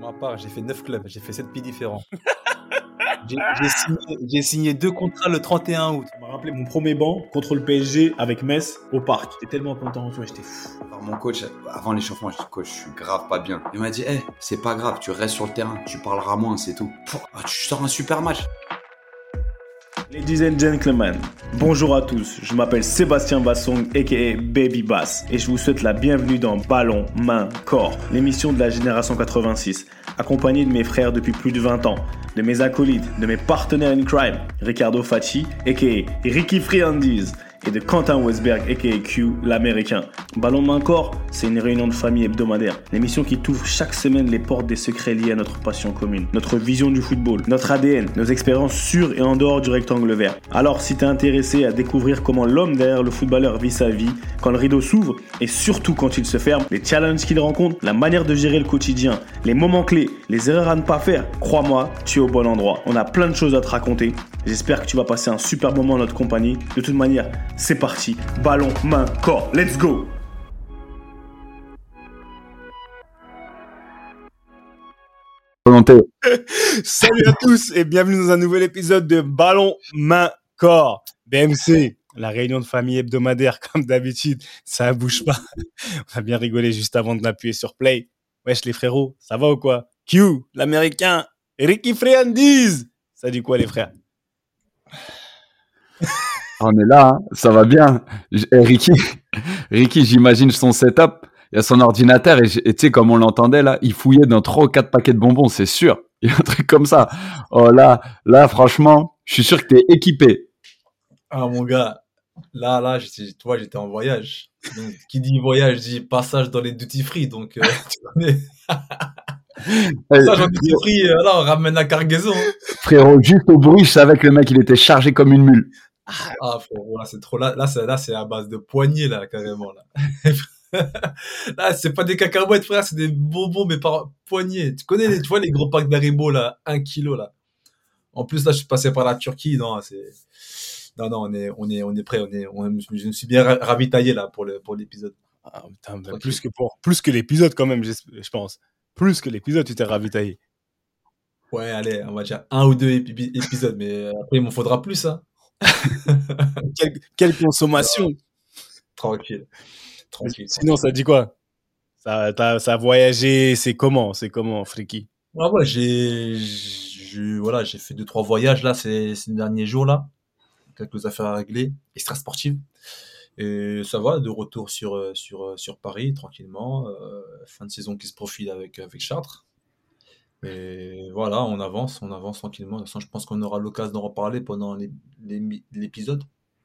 Moi, à part, j'ai fait 9 clubs, j'ai fait 7 pays différents. J'ai signé 2 contrats le 31 août. Ça m'a rappelé mon premier banc contre le PSG avec Metz au parc. J'étais tellement content, tu vois, j'étais fou. Alors mon coach, avant l'échauffement, je dis coach, je suis grave pas bien. Il m'a dit, c'est pas grave, tu restes sur le terrain, tu parleras moins, c'est tout. Tu sors un super match. Ladies and gentlemen, bonjour à tous, je m'appelle Sébastien Bassong aka Baby Bass et je vous souhaite la bienvenue dans Ballon, Main, Corps, l'émission de la génération 86, accompagné de mes frères depuis plus de 20 ans, de mes acolytes, de mes partenaires in crime, Ricardo Facci aka Ricky Friandise et de Quentin Westberg aka Q, l'américain. Ballon, Main, Corps, c'est une réunion de famille hebdomadaire, l'émission qui t'ouvre chaque semaine les portes des secrets liés à notre passion commune, notre vision du football, notre ADN, nos expériences sur et en dehors du rectangle vert. Alors si t'es intéressé à découvrir comment l'homme derrière le footballeur vit sa vie, quand le rideau s'ouvre et surtout quand il se ferme, les challenges qu'il rencontre, la manière de gérer le quotidien, les moments clés, les erreurs à ne pas faire, crois-moi, tu es au bon endroit. On a plein de choses à te raconter. J'espère que tu vas passer un super moment en notre compagnie. De toute manière, c'est parti. Ballon, main, corps. Let's go! Salut à tous et bienvenue dans un nouvel épisode de Ballon, Main, Corps. BMC, la réunion de famille hebdomadaire comme d'habitude, ça bouge pas. On a bien rigolé juste avant de l'appuyer sur play. Wesh les frérots, ça va ou quoi? Q, l'américain, Ricky Friandise. Ça dit quoi les frères? On est là, hein, ça va bien. Ricky, j'imagine son setup. Il y a son ordinateur et tu sais, comme on l'entendait là, il fouillait dans 3 ou 4 paquets de bonbons, c'est sûr. Il y a un truc comme ça. Oh là, franchement, je suis sûr que t'es équipé. Ah mon gars, là, j'étais en voyage. Donc, qui dit voyage dit passage dans les duty free. Donc, tu connais. Passage en duty free, là, on ramène la cargaison. Frérot, juste au bruit, je savais que le mec, il était chargé comme une mule. Ah frérot, là, c'est trop. Là, c'est à base de poignées, là, carrément, là. Là, c'est pas des cacahuètes, frère, c'est des bonbons, mais par poignée. Tu vois les gros packs d'Haribo, là, 1 kilo, là. En plus, là, je suis passé par la Turquie, non, on est prêt, je me suis bien ravitaillé, là, pour l'épisode. Ah, putain, plus que l'épisode, quand même, je pense. Plus que l'épisode, tu t'es ravitaillé. Ouais, allez, on va dire 1 ou 2 épisodes, mais après, il m'en faudra plus, hein. Quelle consommation. Tranquille. Sinon, ça dit quoi? Ça a voyagé, c'est comment, Friki? Ouais, j'ai fait 2-3 voyages, là, ces derniers jours, là. Quelques affaires à régler, extra sportives. Et ça va, de retour sur Paris, tranquillement. Fin de saison qui se profile avec Chartres. Et voilà, on avance tranquillement. De toute façon, je pense qu'on aura l'occasion d'en reparler pendant l'épisode.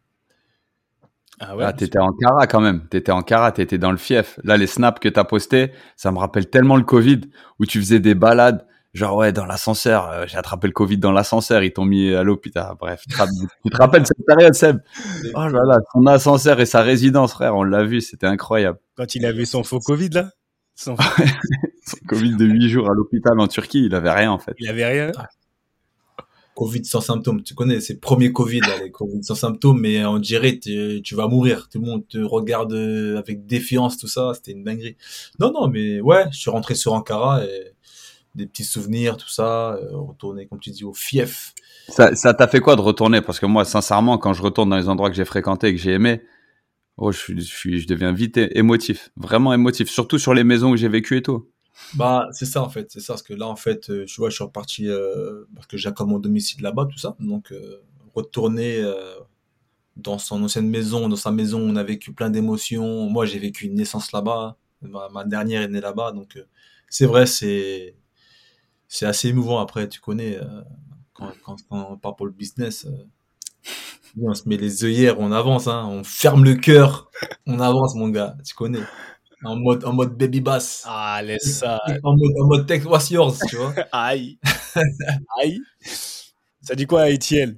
Ah ouais. Ah, t'étais en Cara quand même. T'étais dans le fief. Là, les snaps que t'as postés, ça me rappelle tellement le Covid, où tu faisais des balades. Genre, ouais, dans l'ascenseur, j'ai attrapé le Covid dans l'ascenseur, ils t'ont mis à l'hôpital. Bref, tu te rappelles cette période, Seb? Oh là là, son ascenseur et sa résidence, frère, on l'a vu, c'était incroyable. Quand il avait son faux Covid, là? Son Covid de 8 jours à l'hôpital en Turquie, il avait rien, en fait. Il avait rien? Covid sans symptômes, tu connais, c'est le premier Covid, là, les Covid sans symptômes, mais on dirait tu vas mourir. Tout le monde te regarde avec défiance, tout ça, c'était une dinguerie. Non, mais ouais, je suis rentré sur Ankara et des petits souvenirs, tout ça, retourner, comme tu dis, au fief. Ça t'a fait quoi de retourner? Parce que moi, sincèrement, quand je retourne dans les endroits que j'ai fréquentés et que j'ai aimés, je deviens vite émotif, vraiment émotif, surtout sur les maisons où j'ai vécu et tout. Bah, c'est ça, en fait, parce que là, en fait, tu vois, je suis reparti, parce que j'ai comme mon domicile là-bas, tout ça, donc, retourner, dans son ancienne maison, dans sa maison, on a vécu plein d'émotions. Moi, j'ai vécu une naissance là-bas, ma dernière est née là-bas, donc, c'est vrai, c'est assez émouvant. Après, tu connais, quand on part pour le business, on se met les œillères, on avance, hein, on ferme le cœur, on avance, mon gars, tu connais. En mode baby bass. Ah, laisse ça. En mode tech was yours, tu vois. Aïe. Ça dit quoi à ETL?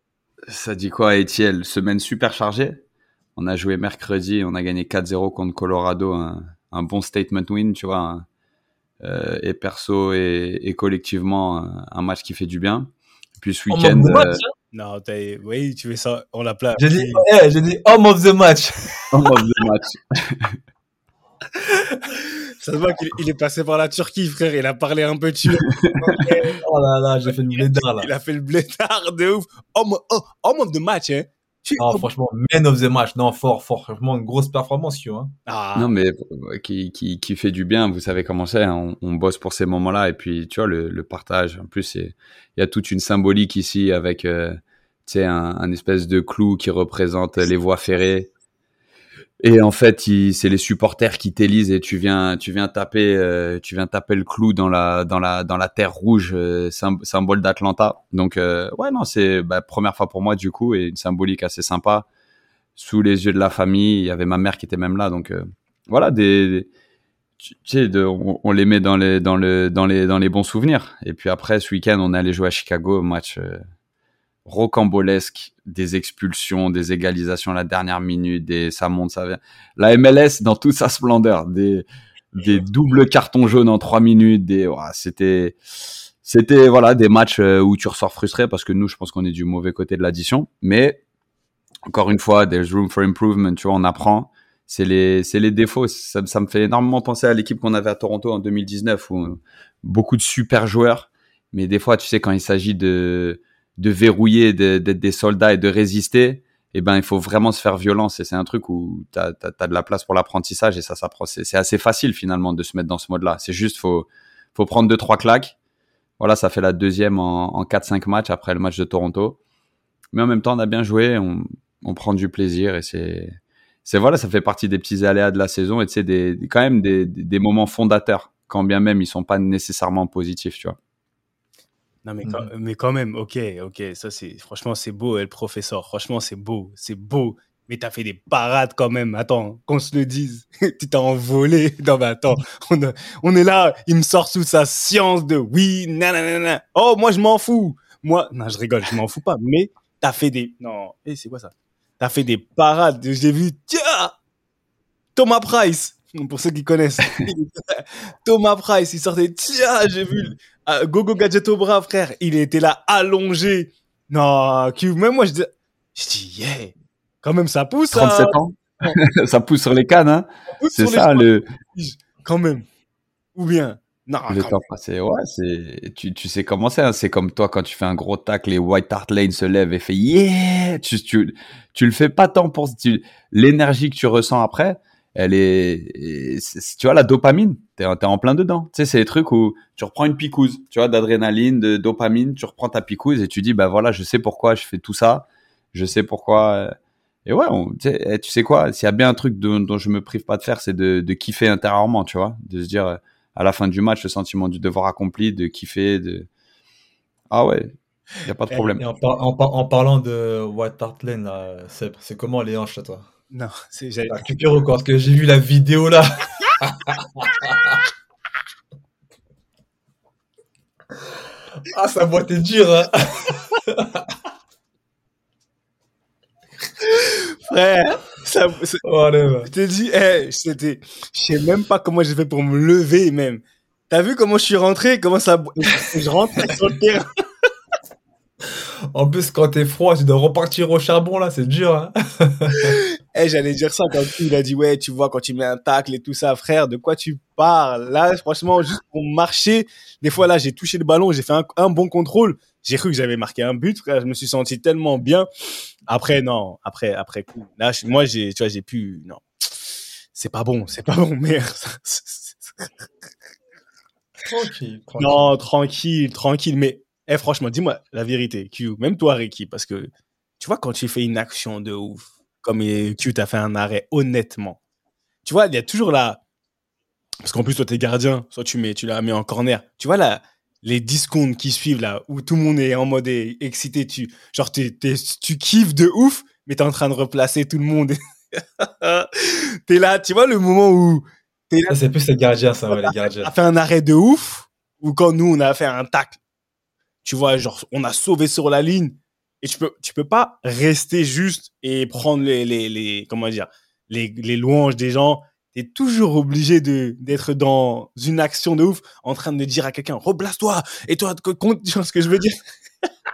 Semaine super chargée. On a joué mercredi, on a gagné 4-0 contre Colorado, un bon statement win, tu vois. Et perso et collectivement, un match qui fait du bien. Puis ce week-end... Non, oui, tu fais ça, on l'a plat. J'ai dit homme of the match. Homme of the match. Ça se voit qu'il est passé par la Turquie, frère. Il a parlé un peu turc. Oh là là, j'ai fait le blédard, là. Il a fait le blédard de ouf. Homme of the match, hein. Ah, franchement, man of the match. Non, fort. Franchement, une grosse performance, Q, hein. Non, mais qui fait du bien. Vous savez comment c'est. Hein, on bosse pour ces moments-là. Et puis, tu vois, le partage. En plus, il y a toute une symbolique ici avec, tu sais, un espèce de clou qui représente les voies ferrées. Et en fait, c'est les supporters qui t'élisent et tu viens taper le clou dans la terre rouge, symbole d'Atlanta. Donc ouais, non, c'est première fois pour moi du coup et une symbolique assez sympa sous les yeux de la famille. Il y avait ma mère qui était même là, donc voilà, tu sais, on les met dans les bons souvenirs. Et puis après, ce week-end, on est allé jouer à Chicago, match rocambolesque, des expulsions, des égalisations à la dernière minute, ça monte, ça vient. La MLS dans toute sa splendeur, des doubles cartons jaunes en 3 minutes, c'était voilà, des matchs où tu ressors frustré parce que nous, je pense qu'on est du mauvais côté de l'addition, mais encore une fois, there's room for improvement, tu vois, on apprend. C'est les défauts. Ça me fait énormément penser à l'équipe qu'on avait à Toronto en 2019 où beaucoup de super joueurs, mais des fois, tu sais, quand il s'agit de verrouiller, d'être des soldats et de résister, eh ben, il faut vraiment se faire violence. Et c'est un truc où t'as de la place pour l'apprentissage et ça s'apprend. C'est assez facile, finalement, de se mettre dans ce mode-là. C'est juste, faut prendre 2-3 claques. Voilà, ça fait la deuxième en 4-5 matchs après le match de Toronto. Mais en même temps, on a bien joué, on prend du plaisir et c'est voilà, ça fait partie des petits aléas de la saison et tu sais, quand même des moments fondateurs, quand bien même ils sont pas nécessairement positifs, tu vois. Non, mais quand même, ok, ça franchement, c'est beau, le professeur. Franchement, c'est beau. Mais t'as fait des parades quand même. Attends, qu'on se le dise. Tu t'es envolé. Non, mais attends, on est là. Il me sort sous sa science de oui, nanana. Oh, moi, je m'en fous. Moi, non, je rigole, je m'en fous pas. Mais t'as fait non, c'est quoi ça? T'as fait des parades. J'ai vu, tiens, Thomas Price. Pour ceux qui connaissent. Thomas Price, il sortait, tiens, j'ai vu Gogo Gadget au bras, frère. Il était là, allongé. Non, même moi, je dis, yeah, quand même, ça pousse. 37 ans. Ça pousse sur les cannes, hein. C'est ça, quand même. Ou bien, non. Le temps passé, ouais, tu sais comment c'est, hein. C'est comme toi, quand tu fais un gros tacle, les White Hart Lane se lèvent et fait, yeah! Tu le fais pas tant pour, l'énergie que tu ressens après, tu vois, la dopamine, t'es en plein dedans. Tu sais, c'est les trucs où tu reprends une picouse, tu vois, d'adrénaline, de dopamine, tu reprends ta picouse et tu dis, bah voilà, je sais pourquoi je fais tout ça, je sais pourquoi. Et ouais, tu sais quoi, s'il y a bien un truc dont je me prive pas de faire, c'est de kiffer intérieurement, tu vois, de se dire, à la fin du match, le sentiment du devoir accompli, de kiffer, ah ouais, y a pas de problème. Et en parlant de White Hart Lane, là, c'est comment les hanches, là, toi? Non, T'as récupéré quoi? Parce que j'ai vu la vidéo là. Ah, ça boitait dur, hein. Frère, je t'ai dit, je sais même pas comment j'ai fait pour me lever, même. T'as vu comment je suis rentré? Comment ça, je rentre sur le terrain. En plus, quand t'es froid, tu dois repartir au charbon, là, c'est dur, hein. J'allais dire ça quand il a dit, ouais, tu vois, quand tu mets un tacle et tout ça, frère, de quoi tu parles? Là, franchement, juste pour marcher, des fois, là, j'ai touché le ballon, j'ai fait un bon contrôle. J'ai cru que j'avais marqué un but, frère. Je me suis senti tellement bien. Après, non, après coup. Là, moi, tu vois, j'ai pu, non. C'est pas bon, merde. Tranquille. Non, tranquille. Mais, franchement, dis-moi la vérité, Q. Même toi, Ricky, parce que, tu vois, quand tu fais une action de ouf, comme Q t'a fait un arrêt, honnêtement, tu vois, il y a toujours là, parce qu'en plus, toi, t'es gardien, soit tu l'as mis en corner. Tu vois, là, les 10 secondes qui suivent, là, où tout le monde est en mode excité, tu kiffes de ouf, mais t'es en train de replacer tout le monde. T'es là, tu vois, le moment où Ça, c'est plus les gardiens, ça, ouais, les gardiens. On a fait un arrêt de ouf, ou quand nous, on a fait un tacle. Tu vois, genre, on a sauvé sur la ligne. Et tu peux pas rester juste et prendre comment dire, les louanges des gens. T'es toujours obligé d'être dans une action de ouf, en train de dire à quelqu'un, replace-toi. Et toi, tu vois ce que je veux dire?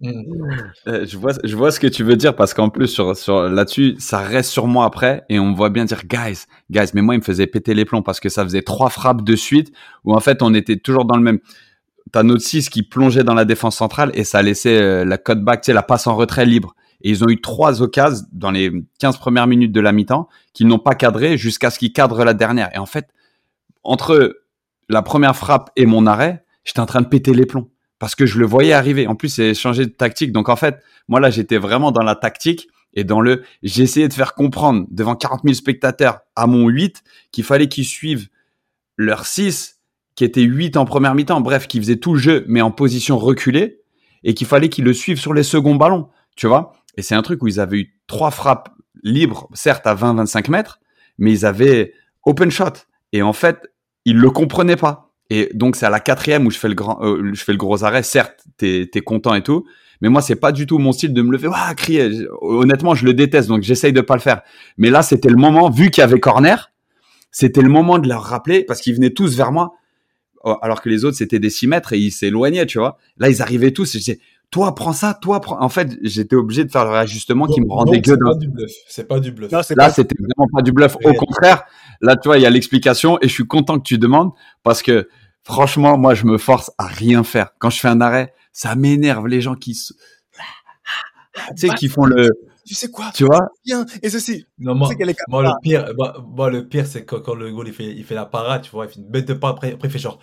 Je vois ce que tu veux dire parce qu'en plus sur là-dessus, ça reste sur moi après et on me voit bien dire guys, mais moi il me faisait péter les plombs parce que ça faisait 3 frappes de suite où en fait on était toujours dans le même. T'as notre 6 qui plongeait dans la défense centrale et ça laissait la cutback, tu sais, la passe en retrait libre. Et ils ont eu 3 occasions dans les 15 premières minutes de la mi-temps qu'ils n'ont pas cadré jusqu'à ce qu'ils cadrent la dernière. Et en fait, entre la première frappe et mon arrêt, j'étais en train de péter les plombs parce que je le voyais arriver. En plus, c'est changé de tactique. Donc en fait, moi là, j'étais vraiment dans la tactique et j'ai essayé de faire comprendre devant 40 000 spectateurs à mon 8 qu'il fallait qu'ils suivent leur 6 qui était 8 en première mi-temps, bref, qui faisait tout le jeu, mais en position reculée, et qu'il fallait qu'ils le suivent sur les seconds ballons, tu vois. Et c'est un truc où ils avaient eu 3 frappes libres, certes à 20-25 mètres, mais ils avaient open shot. Et en fait, ils le comprenaient pas. Et donc, c'est à la 4e où je fais le gros arrêt. Certes, t'es content et tout, mais moi, c'est pas du tout mon style de me lever, crier. Honnêtement, je le déteste, donc j'essaye de pas le faire. Mais là, c'était le moment, vu qu'il y avait corner, c'était le moment de leur rappeler, parce qu'ils venaient tous vers moi, alors que les autres, c'était des 6 mètres et ils s'éloignaient, tu vois. Là, ils arrivaient tous et je disais, toi, prends ça, toi, prends. En fait, j'étais obligé de faire le réajustement qui me rendait gueudin. C'est pas du bluff. Non, là, c'était vraiment pas du bluff. Au contraire, là, tu vois, il y a l'explication et je suis content que tu demandes parce que, franchement, moi, je me force à rien faire. Quand je fais un arrêt, ça m'énerve les gens qui qui font le... Tu sais quoi? Tu vois? Bien. Et ceci. Non, moi, le pire, c'est quand le goal, il fait la parade, tu vois, il fait une bête de parade, après il fait genre,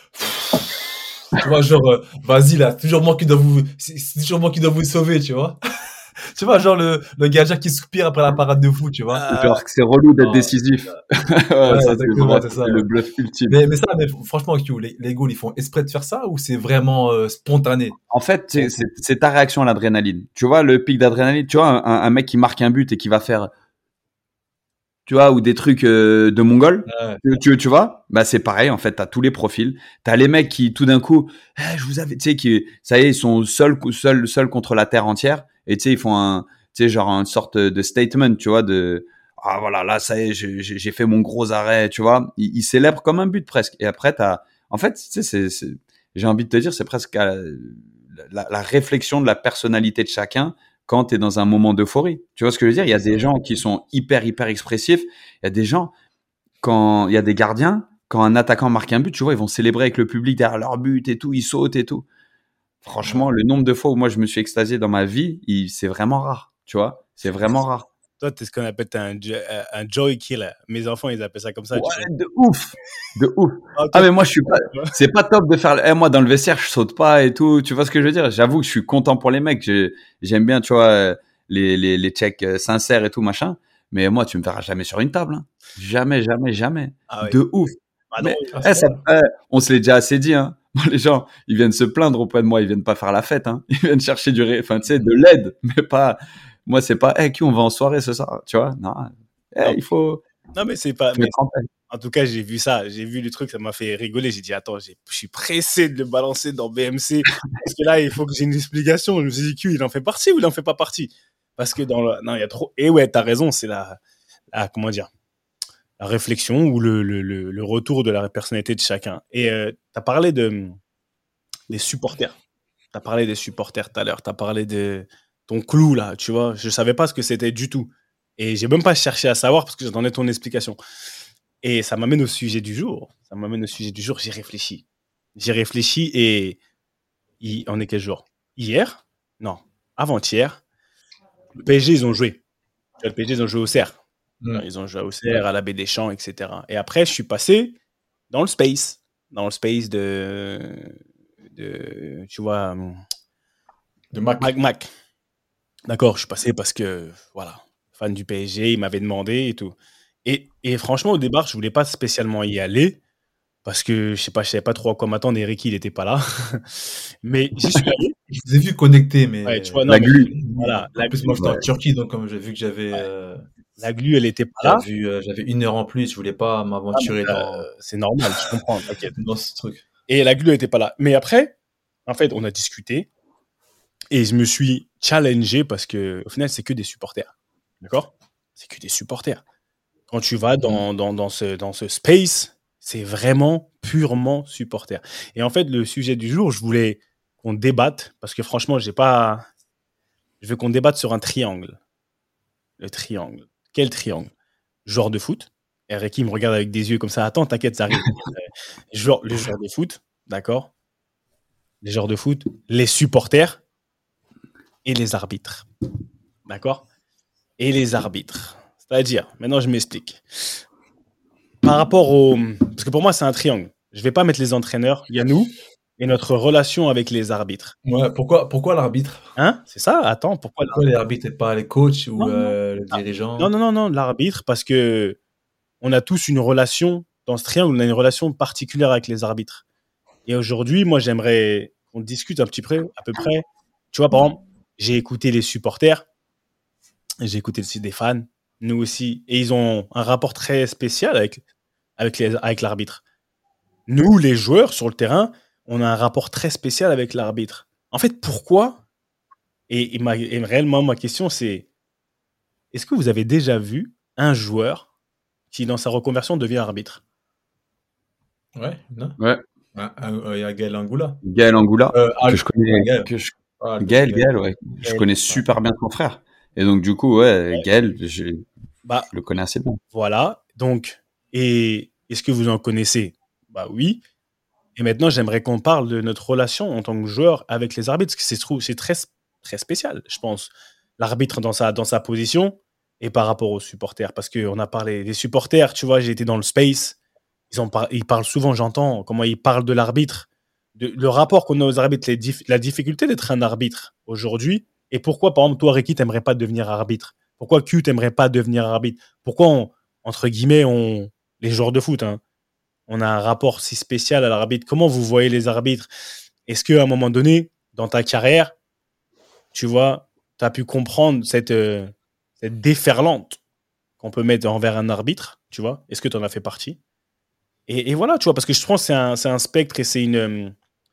tu vois, genre, vas-y, là, c'est toujours moi qui dois vous sauver, tu vois. Tu vois, genre, le gardien qui soupire après la parade de fou, tu vois. Genre, c'est relou d'être décisif. Ouais, ça, c'est le bluff ultime. Mais franchement, les goals, ils font exprès de faire ça ou c'est vraiment spontané? En fait, c'est ta réaction à l'adrénaline. Tu vois, le pic d'adrénaline, tu vois, un mec qui marque un but et qui va faire, tu vois, ou des trucs de mongol, tu vois, bah c'est pareil, en fait, t'as tous les profils. T'as les mecs qui, tout d'un coup, je vous avais, tu sais, qui, ça y est, ils sont seuls contre la terre entière, et tu sais, ils font genre une sorte de statement, tu vois, voilà, là, ça y est, j'ai fait mon gros arrêt, tu vois. Ils célèbrent comme un but presque. Et après, en fait, tu sais, j'ai envie de te dire, c'est presque la réflexion de la personnalité de chacun quand tu es dans un moment d'euphorie. Tu vois ce que je veux dire? Il y a des gens qui sont hyper expressifs. Il y a des gens, quand il y a des gardiens, quand un attaquant marque un but, tu vois, ils vont célébrer avec le public derrière leur but et tout, ils sautent et tout. Franchement, le nombre de fois où moi je me suis extasié dans ma vie, c'est vraiment rare. Tu vois? C'est vraiment rare. Toi, t'es ce qu'on appelle un joy killer. Mes enfants, ils appellent ça comme ça. Ouais, de ouf. Mais moi, je suis pas, c'est pas top de faire, moi, dans le vestiaire, je saute pas et tout. Tu vois ce que je veux dire? J'avoue que je suis content pour les mecs. J'aime bien, tu vois, les checks sincères et tout, machin. Mais moi, tu me verras jamais sur une table, hein. Jamais. Ah ouais. De ouf. Ah non, mais, on se l'est déjà assez dit, hein. Les gens, ils viennent se plaindre auprès de moi. Ils viennent pas faire la fête, hein. Ils viennent chercher tu sais, de l'aide, mais pas, moi, c'est pas, qui on va en soirée ce soir, tu vois? Non, il faut. Non, mais c'est pas. Mais en tout cas, j'ai vu ça, j'ai vu le truc, ça m'a fait rigoler. J'ai dit, attends, je suis pressé de le balancer dans BMC parce que là, il faut que j'ai une explication. Je me suis dit, il en fait partie ou il en fait pas partie? Parce que non, il y a trop. Et ouais, t'as raison, c'est comment dire, la réflexion ou le retour de la personnalité de chacun. Et t'as parlé des supporters. T'as parlé des supporters tout à l'heure. T'as parlé de ton clou là, tu vois, je savais pas ce que c'était du tout. Et j'ai même pas cherché à savoir parce que j'attendais ton explication. Et ça m'amène au sujet du jour. J'ai réfléchi et on est quel jour? Hier? Non, avant-hier. Le PSG, ils ont joué. Le PSG, ils ont joué au Cerf. Ils ont joué au Cerf, à la Baie des Champs, etc. Et après, je suis passé dans le space de tu vois, de Mac. D'accord, je suis passé parce que, voilà, fan du PSG, il m'avait demandé et tout. Et franchement, au départ, je voulais pas spécialement y aller parce que, je savais pas trop à quoi m'attendre. Eric, il était pas là. Mais j'y suis allé. Je vous ai vu connecter, mais ouais, tu vois, la glu. Voilà. En plus, moi, j'étais en Turquie, donc comme j'ai vu que j'avais... la glu, elle était pas là. J'avais 1 heure en plus, je voulais pas m'aventurer dans... C'est normal, je comprends, t'inquiète. Dans ce truc. Et la glu, elle était pas là. Mais après, en fait, on a discuté. Et je me suis challengé parce que au final, c'est que des supporters. D'accord? C'est que des supporters. Quand tu vas dans ce space, c'est vraiment purement supporter. Et en fait, le sujet du jour, je voulais qu'on débatte, parce que franchement, je veux qu'on débatte sur un triangle. Le triangle. Quel triangle? Joueur de foot. Et Ricky me regarde avec des yeux comme ça. Attends, t'inquiète, ça arrive. Le joueur de foot, d'accord? Les joueurs de foot, les supporters et les arbitres. D'accord? Et les arbitres. C'est-à-dire, maintenant je m'explique. Par rapport au... Parce que pour moi, c'est un triangle. Je ne vais pas mettre les entraîneurs. Il y a nous et notre relation avec les arbitres. Ouais, pourquoi l'arbitre? Hein? C'est ça? Attends, pourquoi l'arbitre et pas les coachs ou le dirigeant? Non, l'arbitre, parce que on a tous une relation, dans ce triangle, on a une relation particulière avec les arbitres. Et aujourd'hui, moi, j'aimerais qu'on discute à peu près. Tu vois, par exemple, j'ai écouté les supporters, j'ai écouté aussi des fans, nous aussi, et ils ont un rapport très spécial avec l'arbitre. Nous, les joueurs sur le terrain, on a un rapport très spécial avec l'arbitre. En fait, pourquoi? Et réellement, ma question, c'est est-ce que vous avez déjà vu un joueur qui, dans sa reconversion, devient arbitre? Ouais, non. Ouais. Il y a Gaël Angoula. Gaël Angoula, que je connais. Gaël. Gaël, ouais. Je connais super bien son frère. Et donc, du coup, ouais, Gaël, je le connais assez bien. Voilà. Donc, et est-ce que vous en connaissez? Bah oui. Et maintenant, j'aimerais qu'on parle de notre relation en tant que joueur avec les arbitres, parce que c'est très, très spécial, je pense. L'arbitre dans sa position et par rapport aux supporters. Parce qu'on a parlé des supporters, tu vois, j'ai été dans le space. Ils parlent souvent, j'entends comment ils parlent de l'arbitre, le rapport qu'on a aux arbitres, la difficulté d'être un arbitre aujourd'hui. Et pourquoi, par exemple, toi, Ricky, t'aimerais pas devenir arbitre? Pourquoi Q, t'aimerais pas devenir arbitre? Pourquoi, entre guillemets, les joueurs de foot, hein, on a un rapport si spécial à l'arbitre? Comment vous voyez les arbitres? Est-ce qu'à un moment donné, dans ta carrière, tu vois, tu as pu comprendre cette déferlante qu'on peut mettre envers un arbitre, tu vois? Est-ce que tu en as fait partie? Et voilà, tu vois, parce que je pense que c'est un spectre et c'est une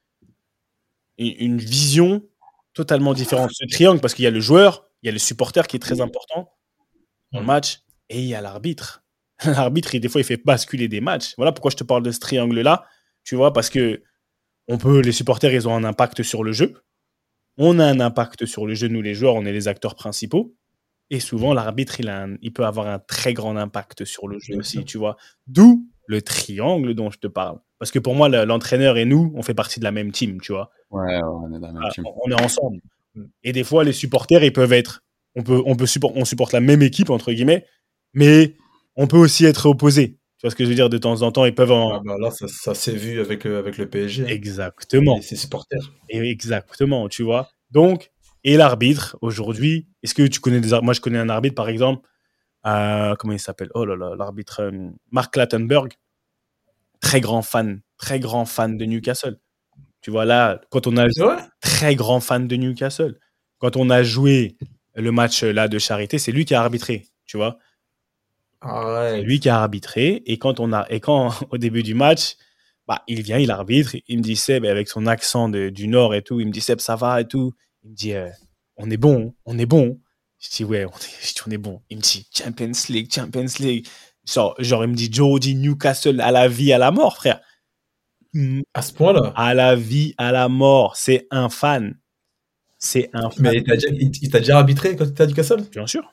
vision totalement différente. Ce triangle, parce qu'il y a le joueur, il y a le supporter qui est très important dans le match, et il y a l'arbitre. L'arbitre, des fois, il fait basculer des matchs. Voilà pourquoi je te parle de ce triangle-là, tu vois, parce que les supporters, ils ont un impact sur le jeu. On a un impact sur le jeu, nous, les joueurs, on est les acteurs principaux. Et souvent, l'arbitre, il peut avoir un très grand impact sur le jeu aussi, tu vois. D'où le triangle dont je te parle. Parce que pour moi, l'entraîneur et nous, on fait partie de la même team, tu vois. Ouais, on est dans la même team. On est ensemble. Et des fois, les supporters, ils peuvent être... On supporte la même équipe, entre guillemets, mais on peut aussi être opposés. Tu vois ce que je veux dire? De temps en temps, ils peuvent là, ça s'est vu avec le PSG. Hein. Exactement. Et ses supporters. Exactement, tu vois. Donc, et l'arbitre, aujourd'hui, est-ce que tu connais des arbitres? Moi, je connais un arbitre, par exemple, comment il s'appelle? Oh là là, l'arbitre Mark Clattenburg. Très grand fan de Newcastle. Tu vois, là, quand on a... Très grand fan de Newcastle. Quand on a joué le match là de Charité, c'est lui qui a arbitré, tu vois. C'est lui qui a arbitré. Et quand au début du match, bah, il vient, il arbitre. Il me dit, Seb, avec son accent du Nord et tout, il me dit, Seb, ça va et tout. Il me dit, on est bon. Je dis, ouais, on est bon. Il me dit, Champions League. Genre, il me dit, Jody, Newcastle, à la vie, à la mort, frère. À ce point-là? À la vie, à la mort. C'est un fan. Mais il t'a déjà arbitré quand tu étais à Newcastle? Bien sûr.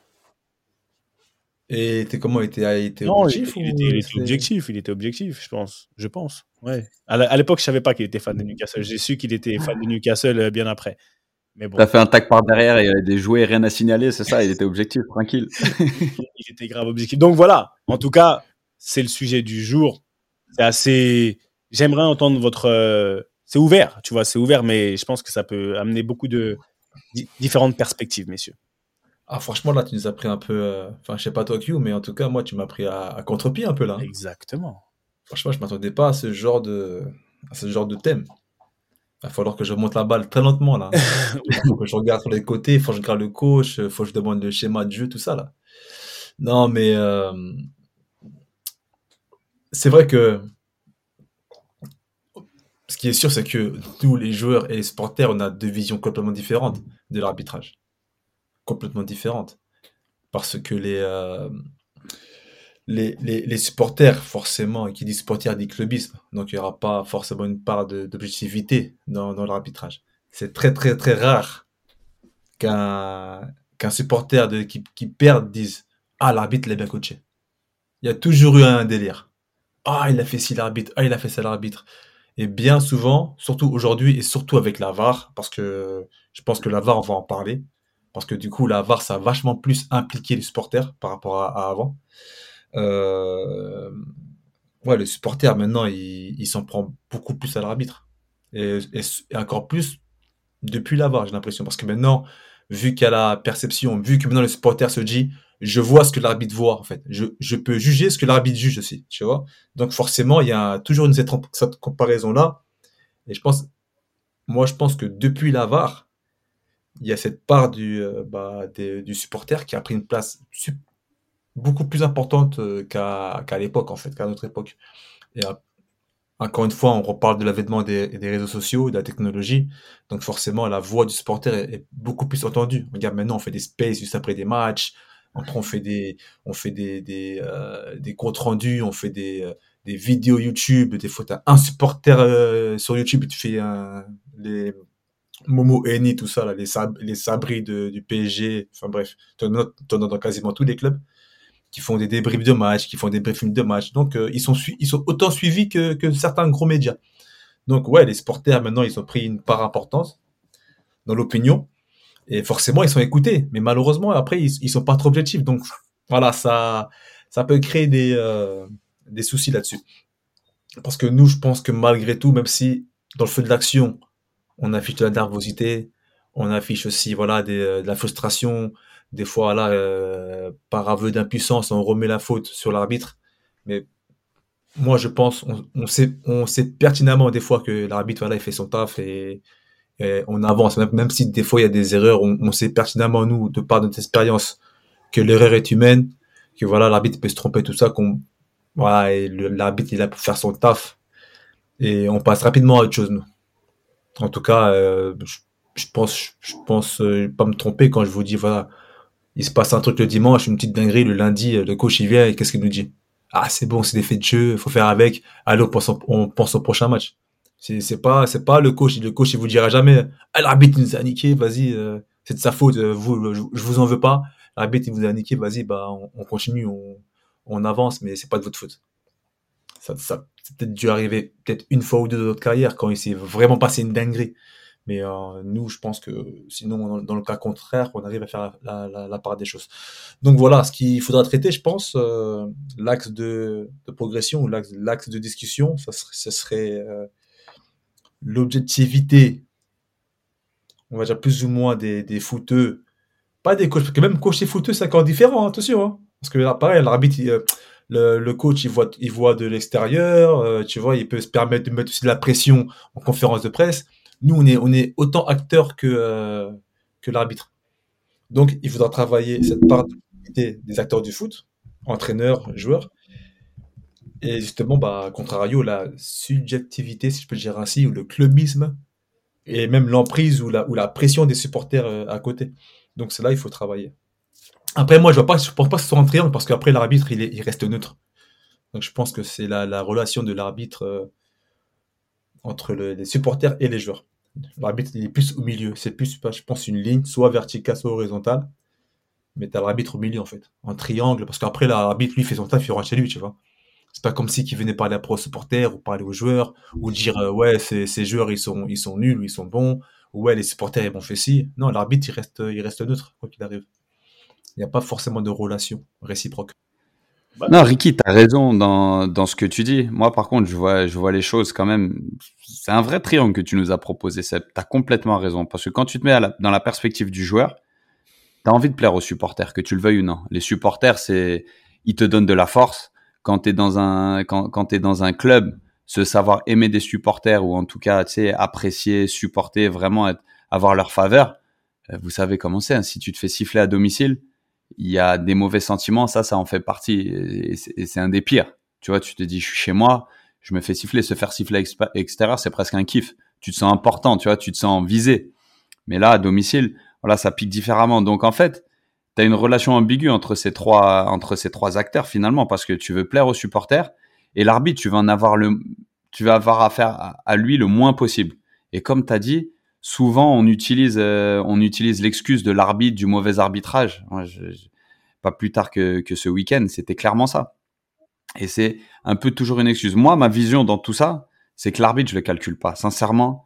Et comment? Il était objectif? Il était objectif, je pense. Ouais. À l'époque, je savais pas qu'il était fan de Newcastle. J'ai su qu'il était fan de Newcastle bien après. Mais bon. T'as fait un tac par derrière et il y avait des jouets, rien à signaler, c'est ça? Il était objectif, tranquille. Il était grave objectif. Donc voilà. En tout cas, c'est le sujet du jour. C'est assez... J'aimerais entendre votre... C'est ouvert, tu vois, c'est ouvert, mais je pense que ça peut amener beaucoup de différentes perspectives, messieurs. Ah, franchement, là, tu nous as pris un peu... Enfin, je sais pas toi, Q, mais en tout cas, moi, tu m'as pris à contre-pied un peu, là. Exactement. Franchement, je m'attendais pas à ce genre de thème. Il va falloir que je monte la balle très lentement, là. Il faut que je regarde sur les côtés, il faut que je regarde le coach, il faut que je demande le schéma de jeu, tout ça, là. Non, mais... c'est vrai que... Ce qui est sûr, c'est que nous, les joueurs et les supporters, on a deux visions complètement différentes de l'arbitrage. Complètement différentes. Parce que les supporters, forcément, et qui dit supporter dit clubisme. Donc, il n'y aura pas forcément une part d'objectivité dans l'arbitrage. c'est très, très, très rare qu'un supporter qui perd dise ah, l'arbitre l'a bien coaché. Il y a toujours eu un délire. Ah, il a fait ci l'arbitre, ah, il a fait ça l'arbitre. Et bien souvent, surtout aujourd'hui et surtout avec la VAR, parce que je pense que la VAR, on va en parler, parce que du coup, la VAR, ça a vachement plus impliqué les supporters par rapport à avant. Euh, ouais, le supporter, maintenant, il s'en prend beaucoup plus à l'arbitre. Et encore plus depuis la VAR, j'ai l'impression. Parce que maintenant, vu qu'il y a la perception, vu que maintenant le supporter se dit, je vois ce que l'arbitre voit, en fait. Je peux juger ce que l'arbitre juge aussi, tu vois. Donc forcément, il y a toujours cette comparaison-là. Et moi, je pense que depuis la VAR, il y a cette part du supporter qui a pris une place beaucoup plus importante qu'à l'époque, en fait, qu'à notre époque. Et encore une fois, on reparle de l'avènement des réseaux sociaux, de la technologie. Donc forcément, la voix du supporter est beaucoup plus entendue. Regarde, maintenant, on fait des spaces juste après des matchs. Après, on fait des comptes rendus, on fait des vidéos YouTube. Des fois, t'as un supporter sur YouTube, tu fais les Momo Eni, tout ça, là, les sabris du PSG. Enfin bref, t'en as dans quasiment tous les clubs qui font des débriefs de match, qui font des briefings de match. Donc, ils sont autant suivis que certains gros médias. Donc, ouais, les supporters, maintenant, ils ont pris une part importante dans l'opinion. Et forcément, ils sont écoutés. Mais malheureusement, après, ils sont pas trop objectifs. Donc, voilà, ça peut créer des soucis là-dessus. Parce que nous, je pense que malgré tout, même si dans le feu de l'action, on affiche de la nervosité, on affiche aussi voilà de la frustration, des fois là par aveu d'impuissance, on remet la faute sur l'arbitre. Mais moi je pense on sait pertinemment des fois que l'arbitre voilà il fait son taf et on avance même si des fois il y a des erreurs, on sait pertinemment nous de par notre expérience que l'erreur est humaine, que voilà l'arbitre peut se tromper tout ça qu'on voilà et l'arbitre il est là pour faire son taf et on passe rapidement à autre chose nous. En tout cas, je pense pas me tromper quand je vous dis, voilà, il se passe un truc le dimanche, une petite dinguerie, le lundi, le coach il vient et qu'est-ce qu'il nous dit? Ah, c'est bon, c'est des faits de jeu, faut faire avec. Allez, on pense au prochain match. C'est pas le coach il vous dira jamais, ah, l'arbitre il nous a niqué, vas-y, c'est de sa faute, je vous en veux pas. L'arbitre il vous a niqué, vas-y, bah, on continue, on avance, mais c'est pas de votre faute. Ça c'est peut-être dû arriver peut-être une fois ou deux dans notre carrière quand il s'est vraiment passé une dinguerie. Mais nous, je pense que sinon, dans le cas contraire, on arrive à faire la part des choses. Donc voilà, ce qu'il faudra traiter, je pense, l'axe de progression ou l'axe de discussion, ce serait l'objectivité, on va dire plus ou moins des footeux, pas des coachs, parce que même coach et footeux, c'est encore différent, hein, attention. Hein. Parce que là, pareil, l'arbitre, le coach, il voit de l'extérieur, tu vois, il peut se permettre de mettre aussi de la pression en conférence de presse. Nous, on est autant acteurs que l'arbitre. Donc, il faudra travailler cette part des acteurs du foot, entraîneurs, joueurs, et justement, bah, contrario, la subjectivité, si je peux le dire ainsi, ou le clubisme, et même l'emprise ou la pression des supporters à côté. Donc, c'est là il faut travailler. Après, moi, je pense pas que ce soit un triangle, parce qu'après, l'arbitre, il reste neutre. Donc, je pense que c'est la relation de l'arbitre entre les supporters et les joueurs. L'arbitre, il est plus au milieu. C'est plus, je pense, une ligne, soit verticale, soit horizontale. Mais t'as l'arbitre au milieu, en fait. En triangle. Parce qu'après, l'arbitre, lui, fait son taf, il rentre chez lui, tu vois. C'est pas comme si qu'il venait parler après aux supporters, ou parler aux joueurs, ou dire, ouais, ces joueurs, ils sont nuls, ou ils sont bons, ou ouais, les supporters, ils m'ont fait ci. Non, l'arbitre, il reste neutre, quoi qu'il arrive. Il n'y a pas forcément de relation réciproque. Non, Ricky, tu as raison dans ce que tu dis. Moi, par contre, je vois les choses quand même. C'est un vrai triangle que tu nous as proposé, Seb. Tu as complètement raison. Parce que quand tu te mets dans la perspective du joueur, tu as envie de plaire aux supporters, que tu le veuilles ou non. Les supporters, ils te donnent de la force. Quand tu es dans un club, se savoir aimer des supporters ou en tout cas, tu sais, apprécier, supporter, vraiment avoir leur faveur, vous savez comment c'est. Hein. Si tu te fais siffler à domicile, il y a des mauvais sentiments, ça en fait partie et c'est un des pires. Tu vois, tu te dis, je suis chez moi, je me fais siffler, se faire siffler extérieur, c'est presque un kiff. Tu te sens important, tu vois, tu te sens visé. Mais là, à domicile, voilà, ça pique différemment. Donc en fait, tu as une relation ambiguë entre ces trois acteurs finalement, parce que tu veux plaire aux supporters et l'arbitre, tu vas avoir affaire à lui le moins possible. Et comme tu as dit, souvent on utilise l'excuse de l'arbitre, du mauvais arbitrage. Moi, pas plus tard que ce week-end, c'était clairement ça. Et c'est un peu toujours une excuse. Moi, ma vision dans tout ça, c'est que l'arbitre, je le calcule pas. Sincèrement,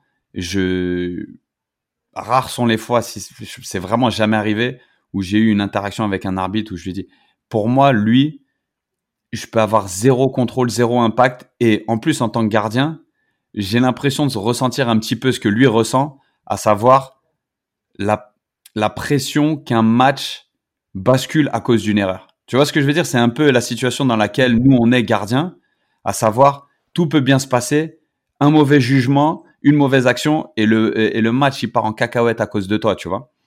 rares sont les fois, si c'est vraiment jamais arrivé, où j'ai eu une interaction avec un arbitre où je lui dis, pour moi, lui, je peux avoir zéro contrôle, zéro impact. Et en plus, en tant que gardien, j'ai l'impression de ressentir un petit peu ce que lui ressent, à savoir la pression qu'un match bascule à cause d'une erreur. Tu vois ce que je veux dire? C'est un peu la situation dans laquelle nous, on est gardien, à savoir, tout peut bien se passer, un mauvais jugement, une mauvaise action, et le match, il part en cacahuète à cause de toi, tu vois.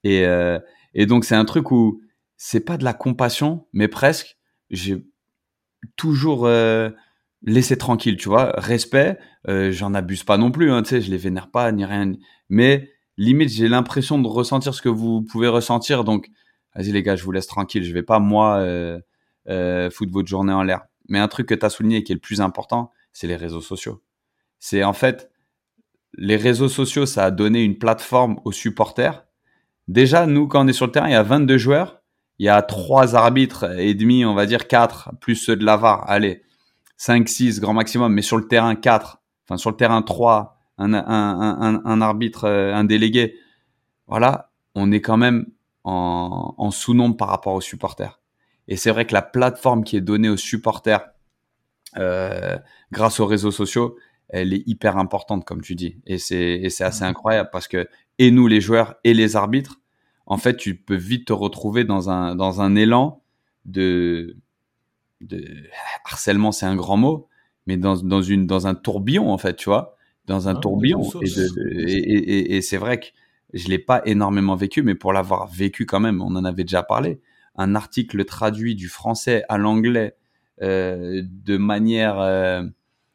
Et donc, c'est un truc où c'est pas de la compassion, mais presque, j'ai toujours laissé tranquille, tu vois. Respect, j'en abuse pas non plus, hein, tu sais, je les vénère pas, ni rien. Mais limite, j'ai l'impression de ressentir ce que vous pouvez ressentir, donc vas-y les gars, je vous laisse tranquille, je vais pas moi foutre votre journée en l'air. Mais un truc que tu as souligné et qui est le plus important, c'est les réseaux sociaux. C'est en fait, les réseaux sociaux, ça a donné une plateforme aux supporters. Déjà, nous, quand on est sur le terrain, il y a 22 joueurs, il y a 3 arbitres et demi, on va dire 4, plus ceux de la VAR. Allez, 5, 6, grand maximum, mais sur le terrain 4, enfin sur le terrain 3, un arbitre, un délégué. Voilà, on est quand même en sous-nombre par rapport aux supporters. Et c'est vrai que la plateforme qui est donnée aux supporters grâce aux réseaux sociaux, elle est hyper importante, comme tu dis. Et c'est assez incroyable parce que, et nous, les joueurs et les arbitres, en fait, tu peux vite te retrouver dans un élan de harcèlement, c'est un grand mot, mais dans un tourbillon, en fait, tu vois, dans un tourbillon. Et c'est vrai que je l'ai pas énormément vécu, mais pour l'avoir vécu quand même, on en avait déjà parlé. Un article traduit du français à l'anglais de manière